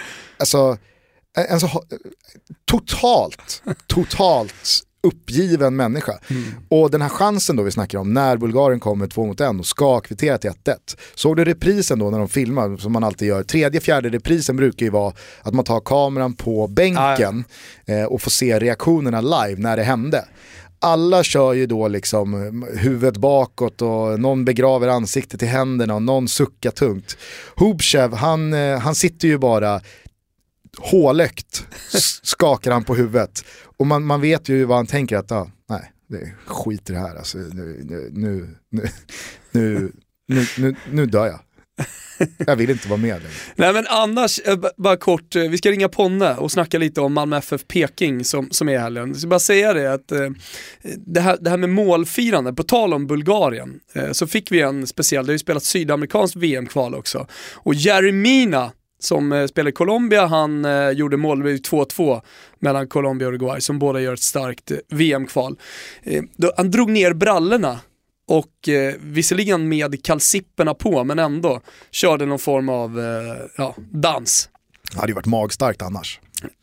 totalt uppgiven människa. Och den här chansen då vi snackar om, när Bulgarien kommer 2-1 och ska kvittera till 1-1. Såg du reprisen då när de filmar, som man alltid gör? 3:e, 4:e reprisen brukar ju vara att man tar kameran på bänken och får se reaktionerna live när det hände. alla kör ju då liksom huvudet bakåt och någon begraver ansiktet i händerna och någon suckar tungt. Hubchev, han sitter ju bara hålögt, skakar han på huvudet. Och man vet ju vad han tänker att nej, det är skit i det här. Alltså, nu dör jag. Jag vill inte vara med längre. Nej, men annars, bara kort, vi ska ringa Ponne och snacka lite om Malmö FF Peking som är helgen. Jag ska bara säga det att det här med målfirande, på tal om Bulgarien, så fick vi en speciell, det har ju spelat sydamerikanskt VM-kval också. Och Jeremina som spelar i Colombia, han gjorde mål 2-2 mellan Colombia och Uruguay, som båda gör ett starkt VM-kval. Han drog ner brallorna och visserligen med kalsipperna på, men ändå körde någon form av dans. Det hade ju varit magstarkt annars.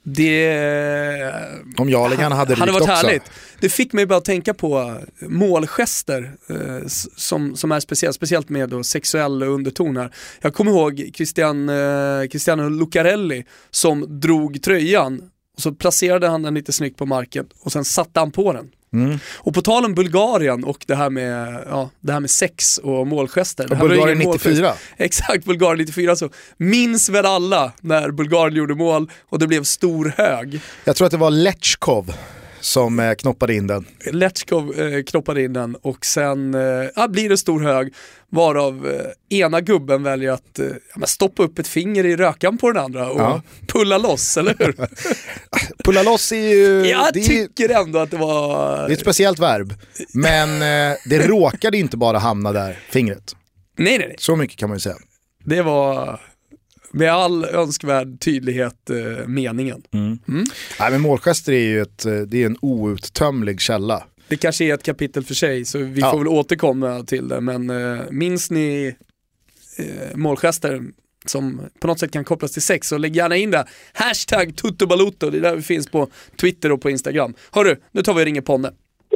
Om Jarlingan hade varit också. Härligt. Det fick mig bara att tänka på målgester som är speciellt med då sexuell underton här. Jag kommer ihåg Cristiano Lucarelli som drog tröjan och så placerade han den lite snyggt på marken och sen satte han på den. Och på tal om Bulgarien och det här med sex och målgester. Och Bulgarien 94. Exakt, Bulgarien 94. Så minns väl alla när Bulgarien gjorde mål och det blev stor hög. Jag tror att det var Lechkov som knoppade in den. Lechkov knoppade in den och sen blir det stor hög, varav ena gubben väljer att stoppa upp ett finger i rökan på den andra och pulla loss, eller hur? Pulla loss är ju... Jag tycker ändå att det var... Det är ett speciellt verb, men det råkade inte bara hamna där, fingret. Nej. Så mycket kan man ju säga. Det var... med all önskvärd tydlighet meningen. Nej, men målgester är ju det är en outtömlig källa. Det kanske är ett kapitel för sig, så vi får väl återkomma till det. Men minns ni målgester som på något sätt kan kopplas till sex, så lägg gärna in det. #Tuttobaluto, det är där vi finns på Twitter och på Instagram. Hörru, nu tar vi och ringer Ponne.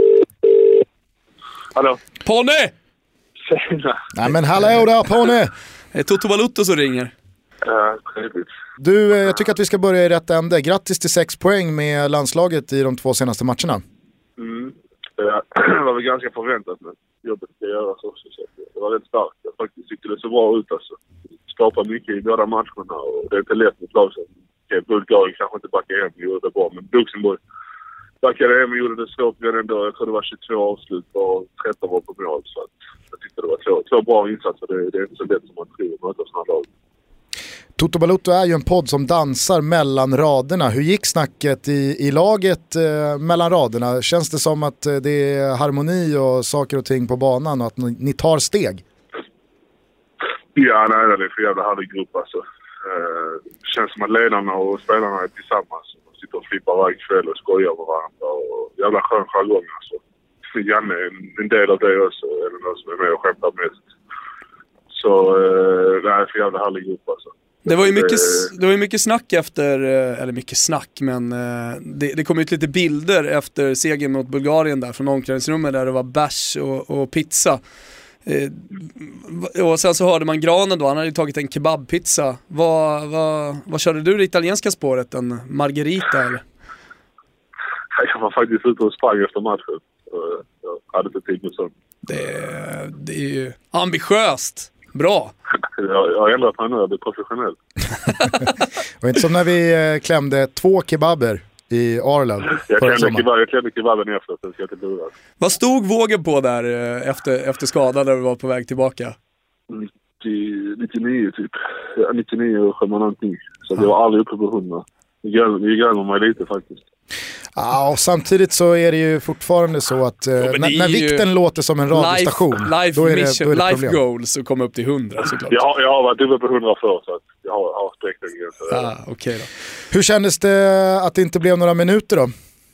Hallå? Ponne! Nej, men hallå där, Ponne! Tuttobaluto som ringer. Du, jag tycker att vi ska börja i rätt ände. Grattis till 6 poäng med landslaget i de 2 senaste matcherna. Det var väl ganska förväntat, men jobbet ska göras också. Så det var rätt starkt. Jag faktiskt tyckte det så bra ut. Alltså. Skapade mycket i båda matcherna och det är inte lätt mot lag som Bulgarien kanske inte backade hem och gjorde det bra. Men Luxemburg backade hem och gjorde det svårt redan då. Jag tror det var 22 avslut och 13 var på mål. Så att jag tyckte det var två bra insatser. Det är inte så lätt som man tror att möta sådana lag. Toto Balotto är ju en podd som dansar mellan raderna. Hur gick snacket i laget mellan raderna? Känns det som att det är harmoni och saker och ting på banan och att ni tar steg? Ja, nej, det är för jävla härlig grupp alltså. Det känns som att ledarna och spelarna är tillsammans och sitter och flippar varje kväll och skojar med varandra. Och jävla skön jargong alltså. Janne är en del av det också, eller någon som är med och skämtar mest. Så det är för jävla härlig grupp alltså. Det var ju mycket snack efter, eller mycket snack, men det kom ut lite bilder efter segern mot Bulgarien där från omklädningsrummet där det var bärs och pizza. Och sen så hörde man Granen då, han hade ju tagit en kebabpizza. Vad körde du det italienska spåret? En margarita eller? Jag var faktiskt ute och sprang efter matchen. Jag hade inte tid med sånt. Det är ju ambitiöst. Bra. Jag har ändrat mig nu, jag blir professionell. Det var inte som när vi klämde 2 kebaber i Arland. Jag klämde kebaben efter, så ska jag inte lura. Vad stod vågen på där efter skadan när du var på väg tillbaka? 99 typ. 99 och 7 någonting. Så det var aldrig uppe på 100. Det grämer mig lite faktiskt. Ja, och samtidigt så är det ju fortfarande så att när vikten låter som en radiostation, då är det problem. Life goals och komma upp till 100 såklart. Jag har varit uppe på 100 förr, så att jag har spräckt den gränsen. Okej då. Hur kändes det att det inte blev några minuter då?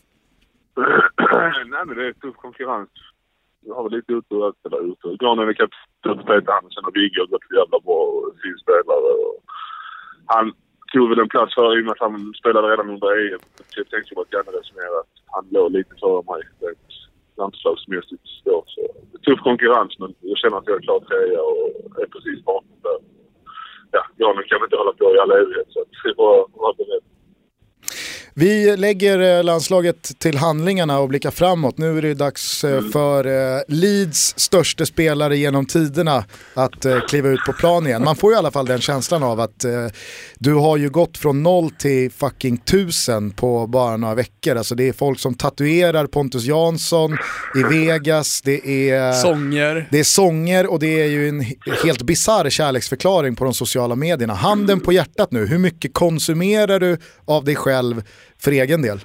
Nej, men det är tuff konkurrens. Jag har väl lite ute. Granen är kapten, Peter Andersen och Vigge har gått jävla bra och fin spelare. Han tog väl en plats för i och med att han spelade redan under EM. Jag tänkte att jag resonera att han låg lite före mig landslagsmässigt. Så det är tuff konkurrens, men jag känner att jag är klar 3 och är precis bakom där. Ja, Granen kan inte hålla på i all evighet, så det var beredd. Vi lägger landslaget till handlingarna och blickar framåt. Nu är det dags för Leeds största spelare genom tiderna att kliva ut på plan igen. Man får ju i alla fall den känslan av att du har ju gått från 0 till fucking 1000 på bara några veckor. Alltså det är folk som tatuerar Pontus Jansson i Vegas. Det är sånger och det är ju en helt bizarr kärleksförklaring på de sociala medierna. Handen på hjärtat nu, hur mycket konsumerar du av dig själv för egen del?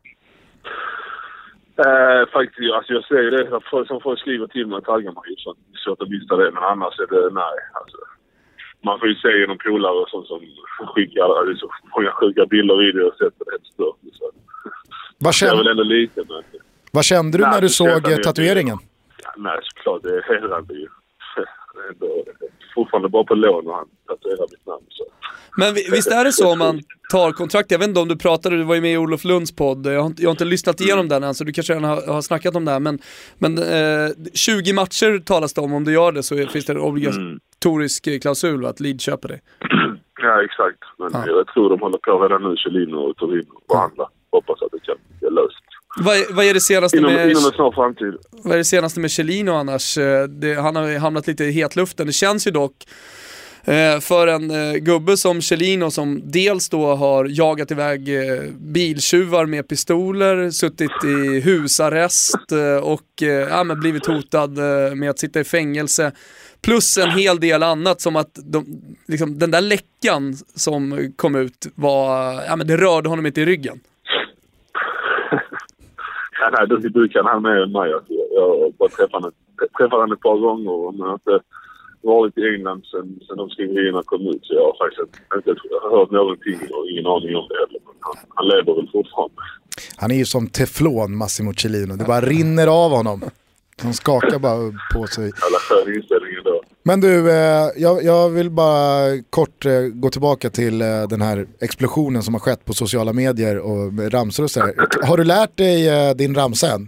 Faktiskt, alltså jag säger det, folk som får skriva till mig och tagga mig så att jag visste det, men annars är det nej. Alltså, man får ju se genom polare och sånt som skickar så många sjuka bilder och videor och sätter det helt stört. Så. Jag är väl ändå lite, men... Vad kände du när du såg tatueringen? Ja, nej, såklart, det är hedrande ju. Det är fortfarande bara på lån och han tatuerar mitt namn. Så. Men visst är det så om man tar kontrakt? Jag vet inte om du pratade, du var ju med i Olof Lunds podd. Jag har inte lyssnat igenom den än, så du kanske redan har snackat om det här. Men 20 matcher talas det om du gör det, så finns det en obligatorisk klausul att Leeds köper dig. Ja, exakt. Men jag tror de håller på redan nu, Chelino och Torino och andra. Hoppas att det kan bli löst. Vad är det senaste inom en snar framtid? Vad är det senaste med Chelino annars? Han har hamnat lite i hetluften. Det känns ju dock för en gubbe som Chelino, som dels då har jagat iväg biltjuvar med pistoler, suttit i husarrest och men blivit hotad med att sitta i fängelse, plus en hel del annat, som att liksom, den där läckan som kom ut var, det rörde honom inte i ryggen. Ja, nej, du kan han med mig. Jag har bara träffat han ett par gånger, men jag har inte varit i England sen de skriverierna kom ut, så jag har faktiskt inte hört någonting och ingen aning om det heller. Men han lever väl fortfarande. Han är ju som teflon, Massimo Chelino. Det bara rinner av honom. Han skakar bara på sig. Alla skön inställningen då. Men du, jag vill bara kort gå tillbaka till den här explosionen som har skett på sociala medier och ramsor och så här. Har du lärt dig din ramsa än?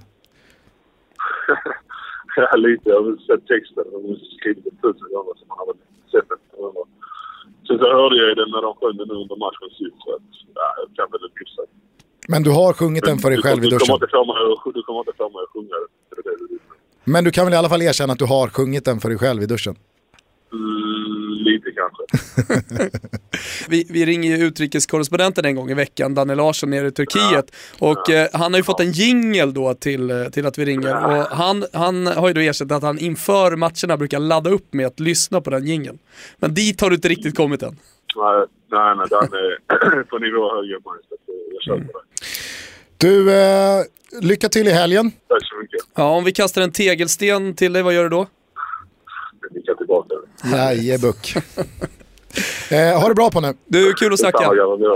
Ja, lite. Jag har sett texten. Jag har skrivit 1000 gånger som man har sett den. Sen så hörde jag den när de sjöng den under matchen sist. Så jag kan väl hyfsa. Men du har sjungit den för dig själv i duschen? Du kommer inte få mig att sjunga den. Men du kan väl i alla fall erkänna att du har sjungit den för dig själv i duschen? Lite kanske. vi ringer ju utrikeskorrespondenten en gång i veckan, Danne Larsson, nere i Turkiet. Och han har ju fått en jingle då till att vi ringer. Och han har ju då erkänt att han inför matcherna brukar ladda upp med att lyssna på den jingeln. Men dit har du inte riktigt kommit än. Nej, den är på nivå högre. Jag känner det. Du, lycka till i helgen. Tack så mycket. Ja, om vi kastar en tegelsten till dig, vad gör du då? Nicka tillbaka. Jajebuck. Ha det bra på nu. Du, kul att snacka.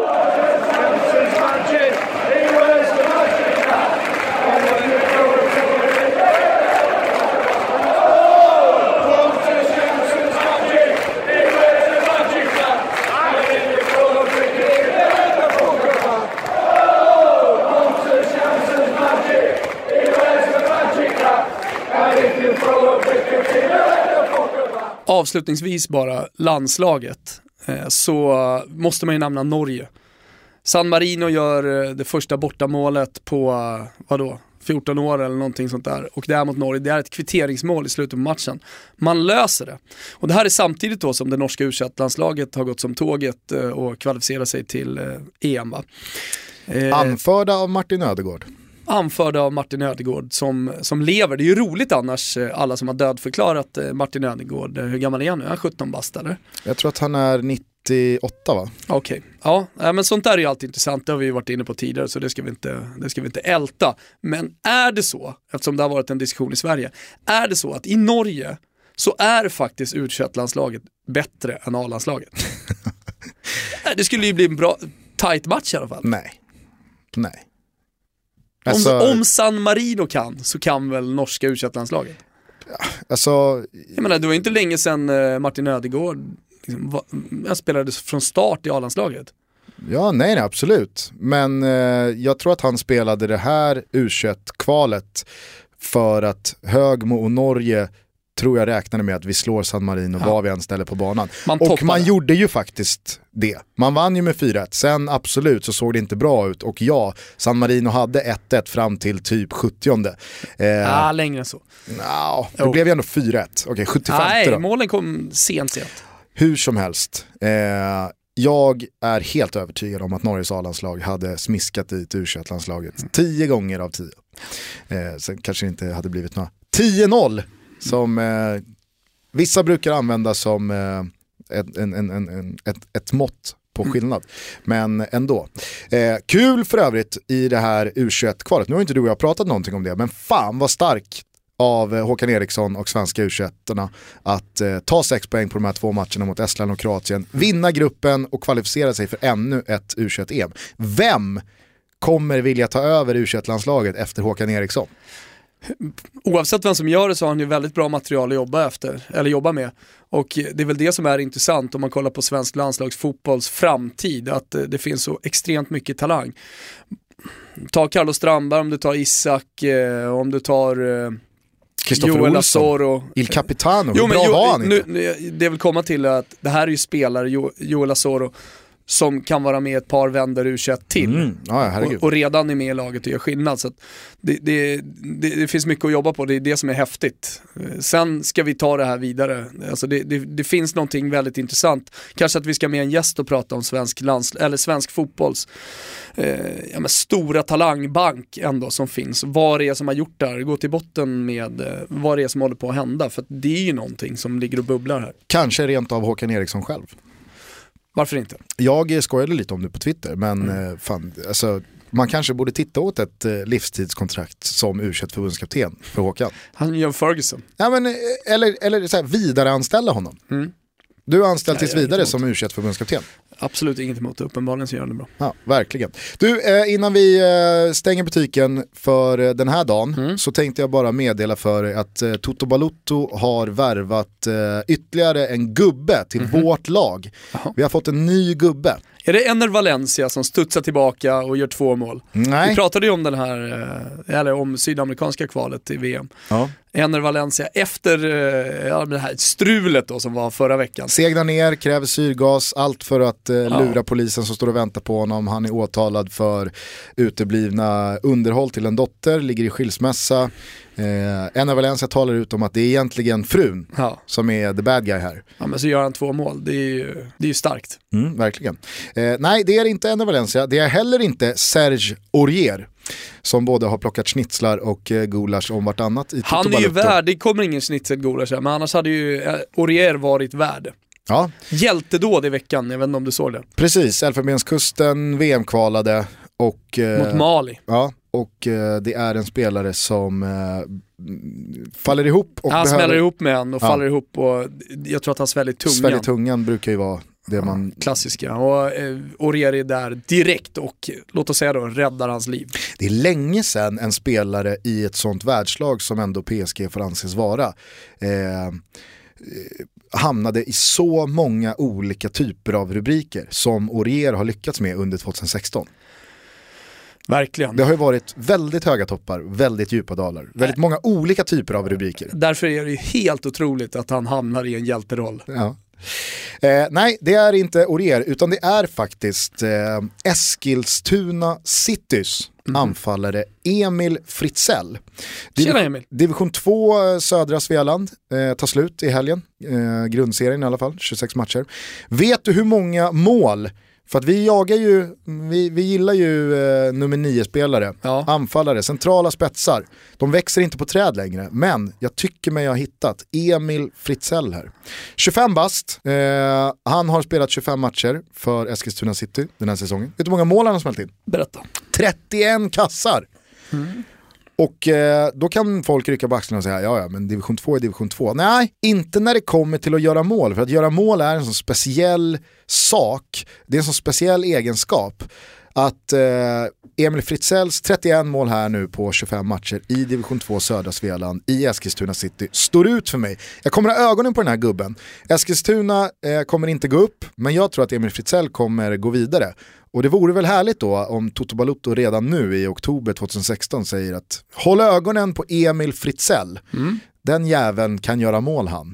Avslutningsvis bara landslaget, så måste man ju nämna Norge. San Marino gör det första bortamålet på 14 år eller någonting sånt där, och det är mot Norge. Det är ett kvitteringsmål i slutet på matchen. Man löser det. Och det här är samtidigt då som det norska U21-landslaget har gått som tåget och kvalificerat sig till EM, va? Anförda av Martin Ödegård. Som lever. Det är ju roligt annars, alla som har dödförklarat Martin Ödegård. Hur gammal är han nu? Är han 17 bast eller? Jag tror att han är 98, va? Okej. Ja, men sånt där är ju alltid intressant. Det har vi ju varit inne på tidigare, så det ska vi inte älta. Men är det så, eftersom det har varit en diskussion i Sverige, är det så att i Norge så är faktiskt U21-landslaget bättre än A-landslaget? Det skulle ju bli en bra tight match i alla fall. Nej. Om San Marino kan, så kan väl norska U21-landslaget? Ja, alltså... Jag menar, det var inte länge sedan Martin Ödegård jag spelade från start i A-landslaget. Ja, nej, absolut. Men jag tror att han spelade det här U21-kvalet för att Högmo och Norge tror jag räknade med att vi slår San Marino vad vi än ställer på banan. Och man det. gjorde ju faktiskt det. Man vann ju med 4-1. Sen absolut så såg det inte bra ut. Och ja, San Marino hade 1-1 fram till typ 70:e. Längre än så. Det blev ju ändå 4-1. Okej, 75. Nej, målen kom sent. Hur som helst. Jag är helt övertygad om att Norges A-landslag hade smiskat dit U21-landslaget 10 gånger av 10. Sen kanske det inte hade blivit några 10-0 som vissa brukar använda som ett mått på skillnad. Men ändå. Kul för övrigt i det här U21-kvalet. Nu har inte du och jag pratat någonting om det, men fan vad stark av Håkan Eriksson och svenska U21-erna att ta 6 poäng på de här 2 matcherna mot Estland och Kroatien, vinna gruppen och kvalificera sig för ännu ett U21-EM. Vem kommer vilja ta över U21-landslaget efter Håkan Eriksson? Oavsett vem som gör det så har han ju väldigt bra material att jobba med. Och det är väl det som är intressant om man kollar på svensk landslagsfotbolls framtid, att det finns så extremt mycket talang. Ta Carlos Strandberg, om du tar Isak, om du tar Joel Asoro, Il Capitano, hur bra var han inte? Det vill komma till att det här är ju spelare, Joel Asoro, som kan vara med ett par vändor U21 till och redan är med i laget och gör skillnad. Så att det finns mycket att jobba på, det är det som är häftigt. Sen ska vi ta det här vidare. Alltså det finns någonting väldigt intressant. Kanske att vi ska med en gäst och prata om svensk fotbolls stora talangbank ändå som finns. Vad det är som har gjort där, gå till botten med vad det är som håller på att hända. För att det är ju någonting som ligger och bubblar här. Kanske rent av Håkan Eriksson själv. Varför inte? Jag skojade lite om det på Twitter, men man kanske borde titta åt ett livstidskontrakt som U21-förbundskapten för Håkan. Han gör Ferguson. Ja, men, eller så här, vidareanställa honom. Du är anställd tills vidare som U21-förbundskapten. Absolut inget emot det, uppenbarligen så gör det bra. Ja, verkligen. Du, innan vi stänger butiken för den här dagen så tänkte jag bara meddela för er att Toto Balotto har värvat ytterligare en gubbe till vårt lag. Aha. Vi har fått en ny gubbe. Är det Ener Valencia som studsar tillbaka och gör 2 mål? Nej. Vi pratade ju om den här, om sydamerikanska kvalet i VM. Ja. Ener Valencia efter det här strulet då som var förra veckan. Segnar ner, kräver syrgas, allt för att lura polisen som står och väntar på honom. Han är åtalad för uteblivna underhåll till en dotter, ligger i skilsmässa. Ener Valencia talar ut om att det är egentligen frun som är the bad guy här. Ja, men så gör han 2 mål, det är ju starkt. Verkligen. Nej, det är inte Ener Valencia, det är heller inte Serge Aurier som både har plockat schnitzlar och gulasch om vartannat i Toto Balotto. Han är ju värd, det kommer ingen schnitzel-gulasch här, men annars hade ju Aurier varit värd. Ja. Hjältedåd i veckan, jag vet inte om du såg det. Precis, Elfenbenskusten VM-kvalade och mot Mali. Ja, och det är en spelare som faller ihop och han smäller ihop med en och faller ihop, och jag tror att han sväljer tungan. Sväljer tungan brukar ju vara det man... klassiska, och Aurier är där direkt och låt oss säga då räddar hans liv. Det är länge sedan en spelare i ett sånt världslag som ändå PSG får anses vara hamnade i så många olika typer av rubriker som Aurier har lyckats med under 2016. Verkligen. Det har ju varit väldigt höga toppar, väldigt djupa dalar. Väldigt många olika typer av rubriker. Därför är det ju helt otroligt att han hamnar i en hjälteroll. Ja. Nej, det är inte Aurier, utan det är faktiskt Eskilstuna Citys anfallare Emil Fritzell. Tjena Emil. Division 2 södra Svealand tar slut i helgen. Grundserien i alla fall, 26 matcher. Vet du hur många mål? För att vi jagar ju, vi gillar ju nummer 9-spelare, anfallare, centrala spetsar. De växer inte på träd längre, men jag tycker mig ha hittat Emil Fritzell här. 25 bast, han har spelat 25 matcher för Eskilstuna City den här säsongen. Vet du hur många mål han har smält in? Berätta. 31 kassar! Och då kan folk rycka på axlarna och säga ja, men division 2 är division 2. Nej, inte när det kommer till att göra mål. För att göra mål är en sån speciell sak. Det är en sån speciell egenskap att Emil Fritzells 31 mål här nu på 25 matcher i division 2 södra Svealand i Eskilstuna City står ut för mig. Jag kommer ha ögonen på den här gubben. Eskilstuna kommer inte gå upp, men jag tror att Emil Fritzell kommer gå vidare. Och det vore väl härligt då om Toto Balotto redan nu i oktober 2016 säger att håll ögonen på Emil Fritzell. Den jäveln kan göra mål han.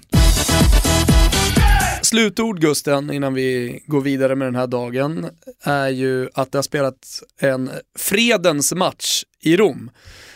Slutord, Gusten, innan vi går vidare med den här dagen, är ju att det har spelat en fredens match i Rom.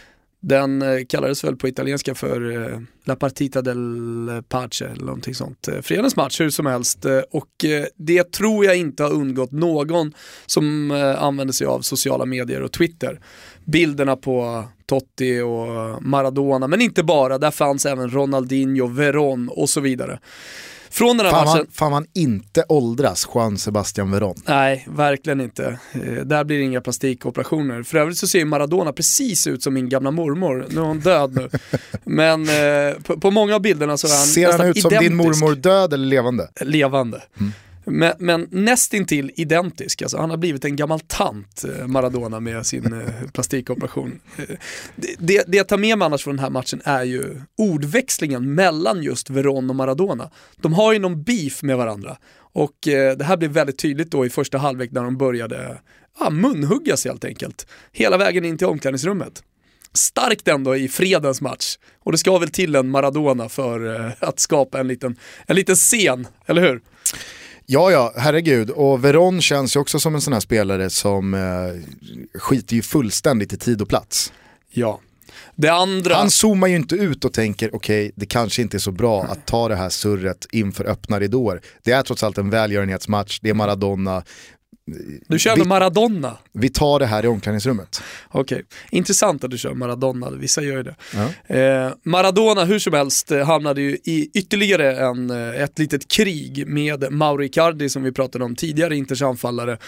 Den kallades väl på italienska för La Partita del Pace eller någonting sånt. Fredens match hur som helst, och det tror jag inte har undgått någon som använder sig av sociala medier och Twitter. Bilderna på Totti och Maradona, men inte bara, där fanns även Ronaldinho, Veron och så vidare. Från den här matchen... Fan man inte åldras Juan Sebastian Veron. Nej, verkligen inte. Där blir det inga plastikoperationer. För övrigt så ser Maradona precis ut som min gamla mormor. Nu är hon död nu. Men på många av bilderna så är han ser han ut identisk. som din mormor, död eller levande? Levande. Men nästintill identisk. Alltså, han har blivit en gammal tant, Maradona, med sin plastikoperation. Det jag tar med mig annars från den här matchen är ju ordväxlingen mellan just Veron och Maradona. De har ju någon beef med varandra. Och det här blev väldigt tydligt då i första halvlek när de började munhuggas helt enkelt. Hela vägen in till omklädningsrummet. Starkt ändå i fredens match. Och det ska väl till en Maradona för att skapa en liten scen, eller hur? Ja, herregud. Och Veron känns ju också som en sån här spelare som skiter ju fullständigt i tid och plats. Ja. Det andra... Han zoomar ju inte ut och tänker okej, det kanske inte är så bra att ta det här surret inför öppna ridåer. Det är trots allt en välgörenhetsmatch, det är Maradona. Du kör Maradona. Vi tar det här i omklädningsrummet. Okej, intressant att du kör Maradona. Vissa gör ju det. Ja. Maradona hur som helst hamnade ju i ytterligare ett litet krig med Mauro Icardi som vi pratade om tidigare, Inters anfallare.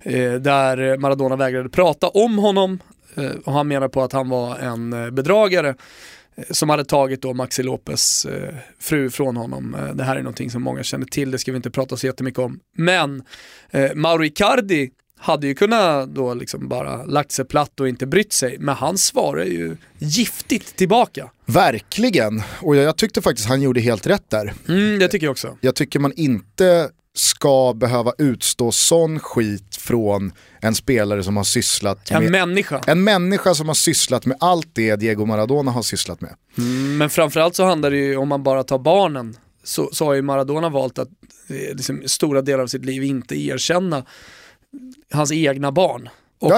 Där Maradona vägrade prata om honom. Och han menar på att han var en bedragare som hade tagit då Maxi Lopez fru från honom. Det här är någonting som många känner till, det ska vi inte prata så jättemycket om. Men Mauro Icardi hade ju kunnat då liksom bara lagt sig platt och inte brytt sig. Men han svarar ju giftigt tillbaka. Verkligen, och jag tyckte faktiskt han gjorde helt rätt där. Det tycker jag också. Jag tycker man inte ska behöva utstå sån skit från en spelare som har sysslat med... En människa som har sysslat med allt det Diego Maradona har sysslat med. Men framförallt så handlar det ju, om man bara tar barnen, så har ju Maradona valt att liksom, stora delar av sitt liv inte erkänna hans egna barn. Och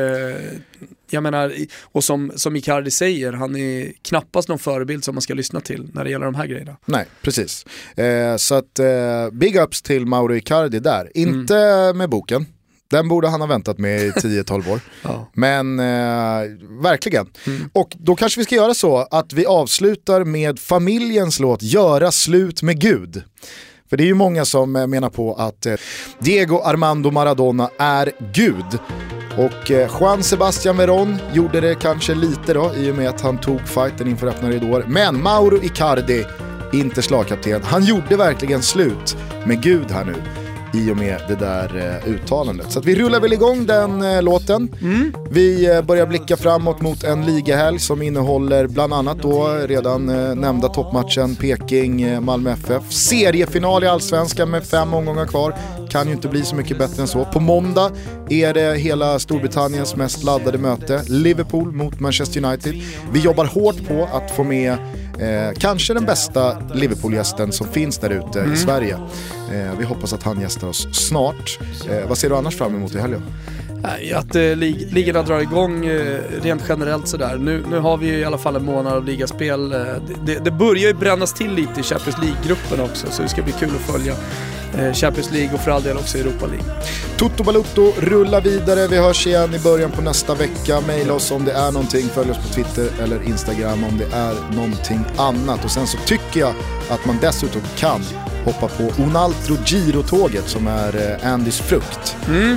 jag menar, och som Icardi säger, han är knappast någon förebild som man ska lyssna till när det gäller de här grejerna. Nej, precis. Så att big ups till Mauro Icardi där. Inte med boken. Den borde han ha väntat med i 10-12 år. Ja. Men verkligen. Och då kanske vi ska göra så att vi avslutar med familjens låt Göra slut med Gud. För det är ju många som menar på att Diego Armando Maradona är Gud. Och Juan Sebastian Veron gjorde det kanske lite då i och med att han tog fighten inför öppna ridåer. Men Mauro Icardi, inte slagkapten, han gjorde verkligen slut med Gud här nu i och med det där uttalandet. Så att vi rullar väl igång den låten. Vi börjar blicka framåt mot en ligahelg som innehåller bland annat då redan nämnda toppmatchen Peking-Malmö FF. Seriefinal i Allsvenskan med 5 omgångar kvar. Kan ju inte bli så mycket bättre än så. På måndag är det hela Storbritanniens mest laddade möte. Liverpool mot Manchester United. Vi jobbar hårt på att få med kanske den bästa Liverpool-gästen som finns där ute i Sverige. Vi hoppas att han gästar oss snart. Vad ser du annars fram emot i helgen? Att ligorna drar igång rent generellt sådär. Nu har vi i alla fall en månad av ligaspel. Det börjar ju brännas till lite i Champions League-gruppen också, så det ska bli kul att följa Champions League och för all del också Europa League. Toto Balotto rullar vidare. Vi hörs igen i början på nästa vecka. Maila oss om det är någonting. Följ oss på Twitter eller Instagram om det är någonting annat. Och sen så tycker jag att man dessutom kan hoppa på Un Altro Giro-tåget som är Andys frukt.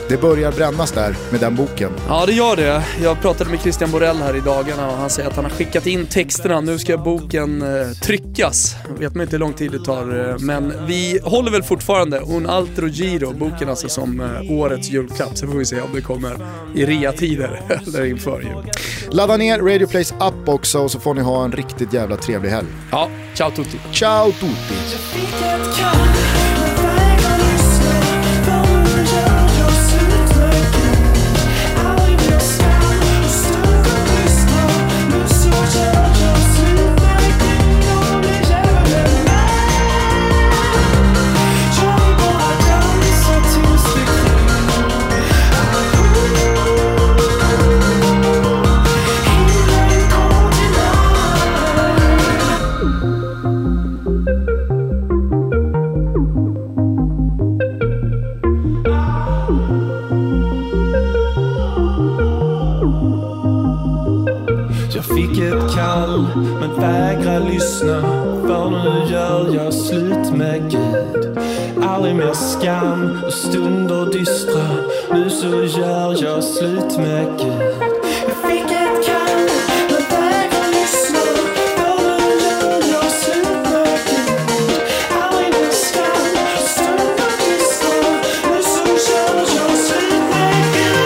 Det börjar brännas där med den boken. Ja, det gör det. Jag pratade med Christian Borell här i dagarna och han säger att han har skickat in texterna. Nu ska boken tryckas. Jag vet inte hur lång tid det tar, men vi håller väl fortfarande Un Altro Giro, boken alltså som årets julklapp. Så får vi se om det kommer i rea-tider eller inför jul. Ladda ner Radio Plays app också och så får ni ha en riktigt jävla trevlig helg. Ja, ciao tutti. Ciao tutti. Men vägrar lyssna, för nu gör jag slut med Gud. Aldrig mer skam och stunder dystra. Nu så gör jag slut med Gud. Jag fick ett kall, men vägrar lyssna, för nu gör jag slut med Gud. Aldrig mer skam och stunder dystra. Nu så gör jag slut med Gud.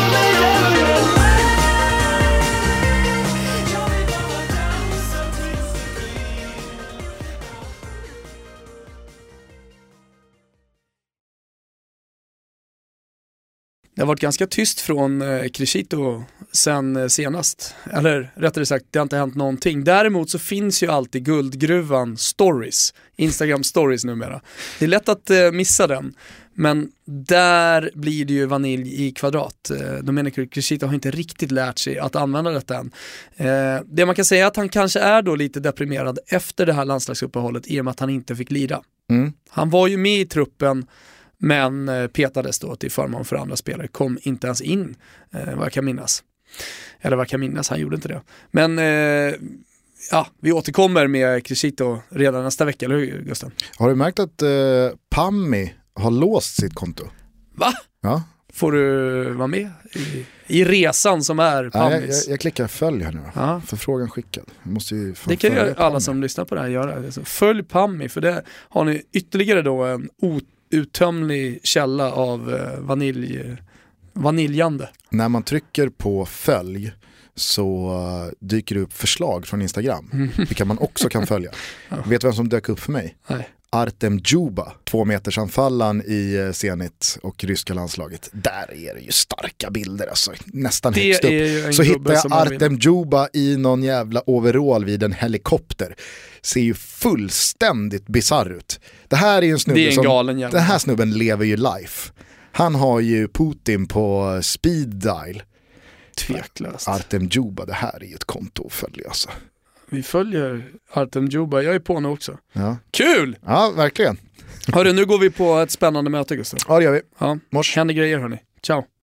Det har varit ganska tyst från Crescito sen senast. Eller rättare sagt, det har inte hänt någonting. Däremot så finns ju alltid Guldgruvan stories. Instagram stories numera. Det är lätt att missa den. Men där blir det ju vanilj i kvadrat. Domenico Crescito har inte riktigt lärt sig att använda detta än. Det man kan säga är att han kanske är då lite deprimerad efter det här landslagsuppehållet i och med att han inte fick lira. Han var ju med i truppen, men petades då till förmån för andra spelare. Kom inte ens in, vad jag kan minnas. Eller vad jag kan minnas, han gjorde inte det. Men ja, vi återkommer med Crescito redan nästa vecka, eller hur Gustav? Har du märkt att Pammi har låst sitt konto? Va? Ja. Får du vara med i resan som är Pammis? Jag klickar följ här nu. Ja. För frågan skickad. Måste ju det kan ju alla som lyssnar på det här göra. Följ Pammi, för det har ni ytterligare då en uttömlig källa av vaniljande. När man trycker på följ så dyker det upp förslag från Instagram. Vilka man också kan följa. Ja. Vet du vem som dök upp för mig? Nej. Artem Djuba, 2-metersanfallaren i Zenit och ryska landslaget. Där är det ju starka bilder, alltså, nästan det högst upp. Så hittar jag Artem Djuba i någon jävla overall vid en helikopter. Ser ju fullständigt bizarr ut. Det här är ju en snubbe den här snubben lever ju life. Han har ju Putin på speed dial. Tveklöst. Artem Djuba, det här är ju ett konto att följa, alltså. Vi följer Artem Djuba, jag är på nu också. Ja. Kul! Ja, verkligen. Hörru, nu går vi på ett spännande möte, Gustav. Ja, det gör vi. Ja. Händer grejer, hörni. Ciao.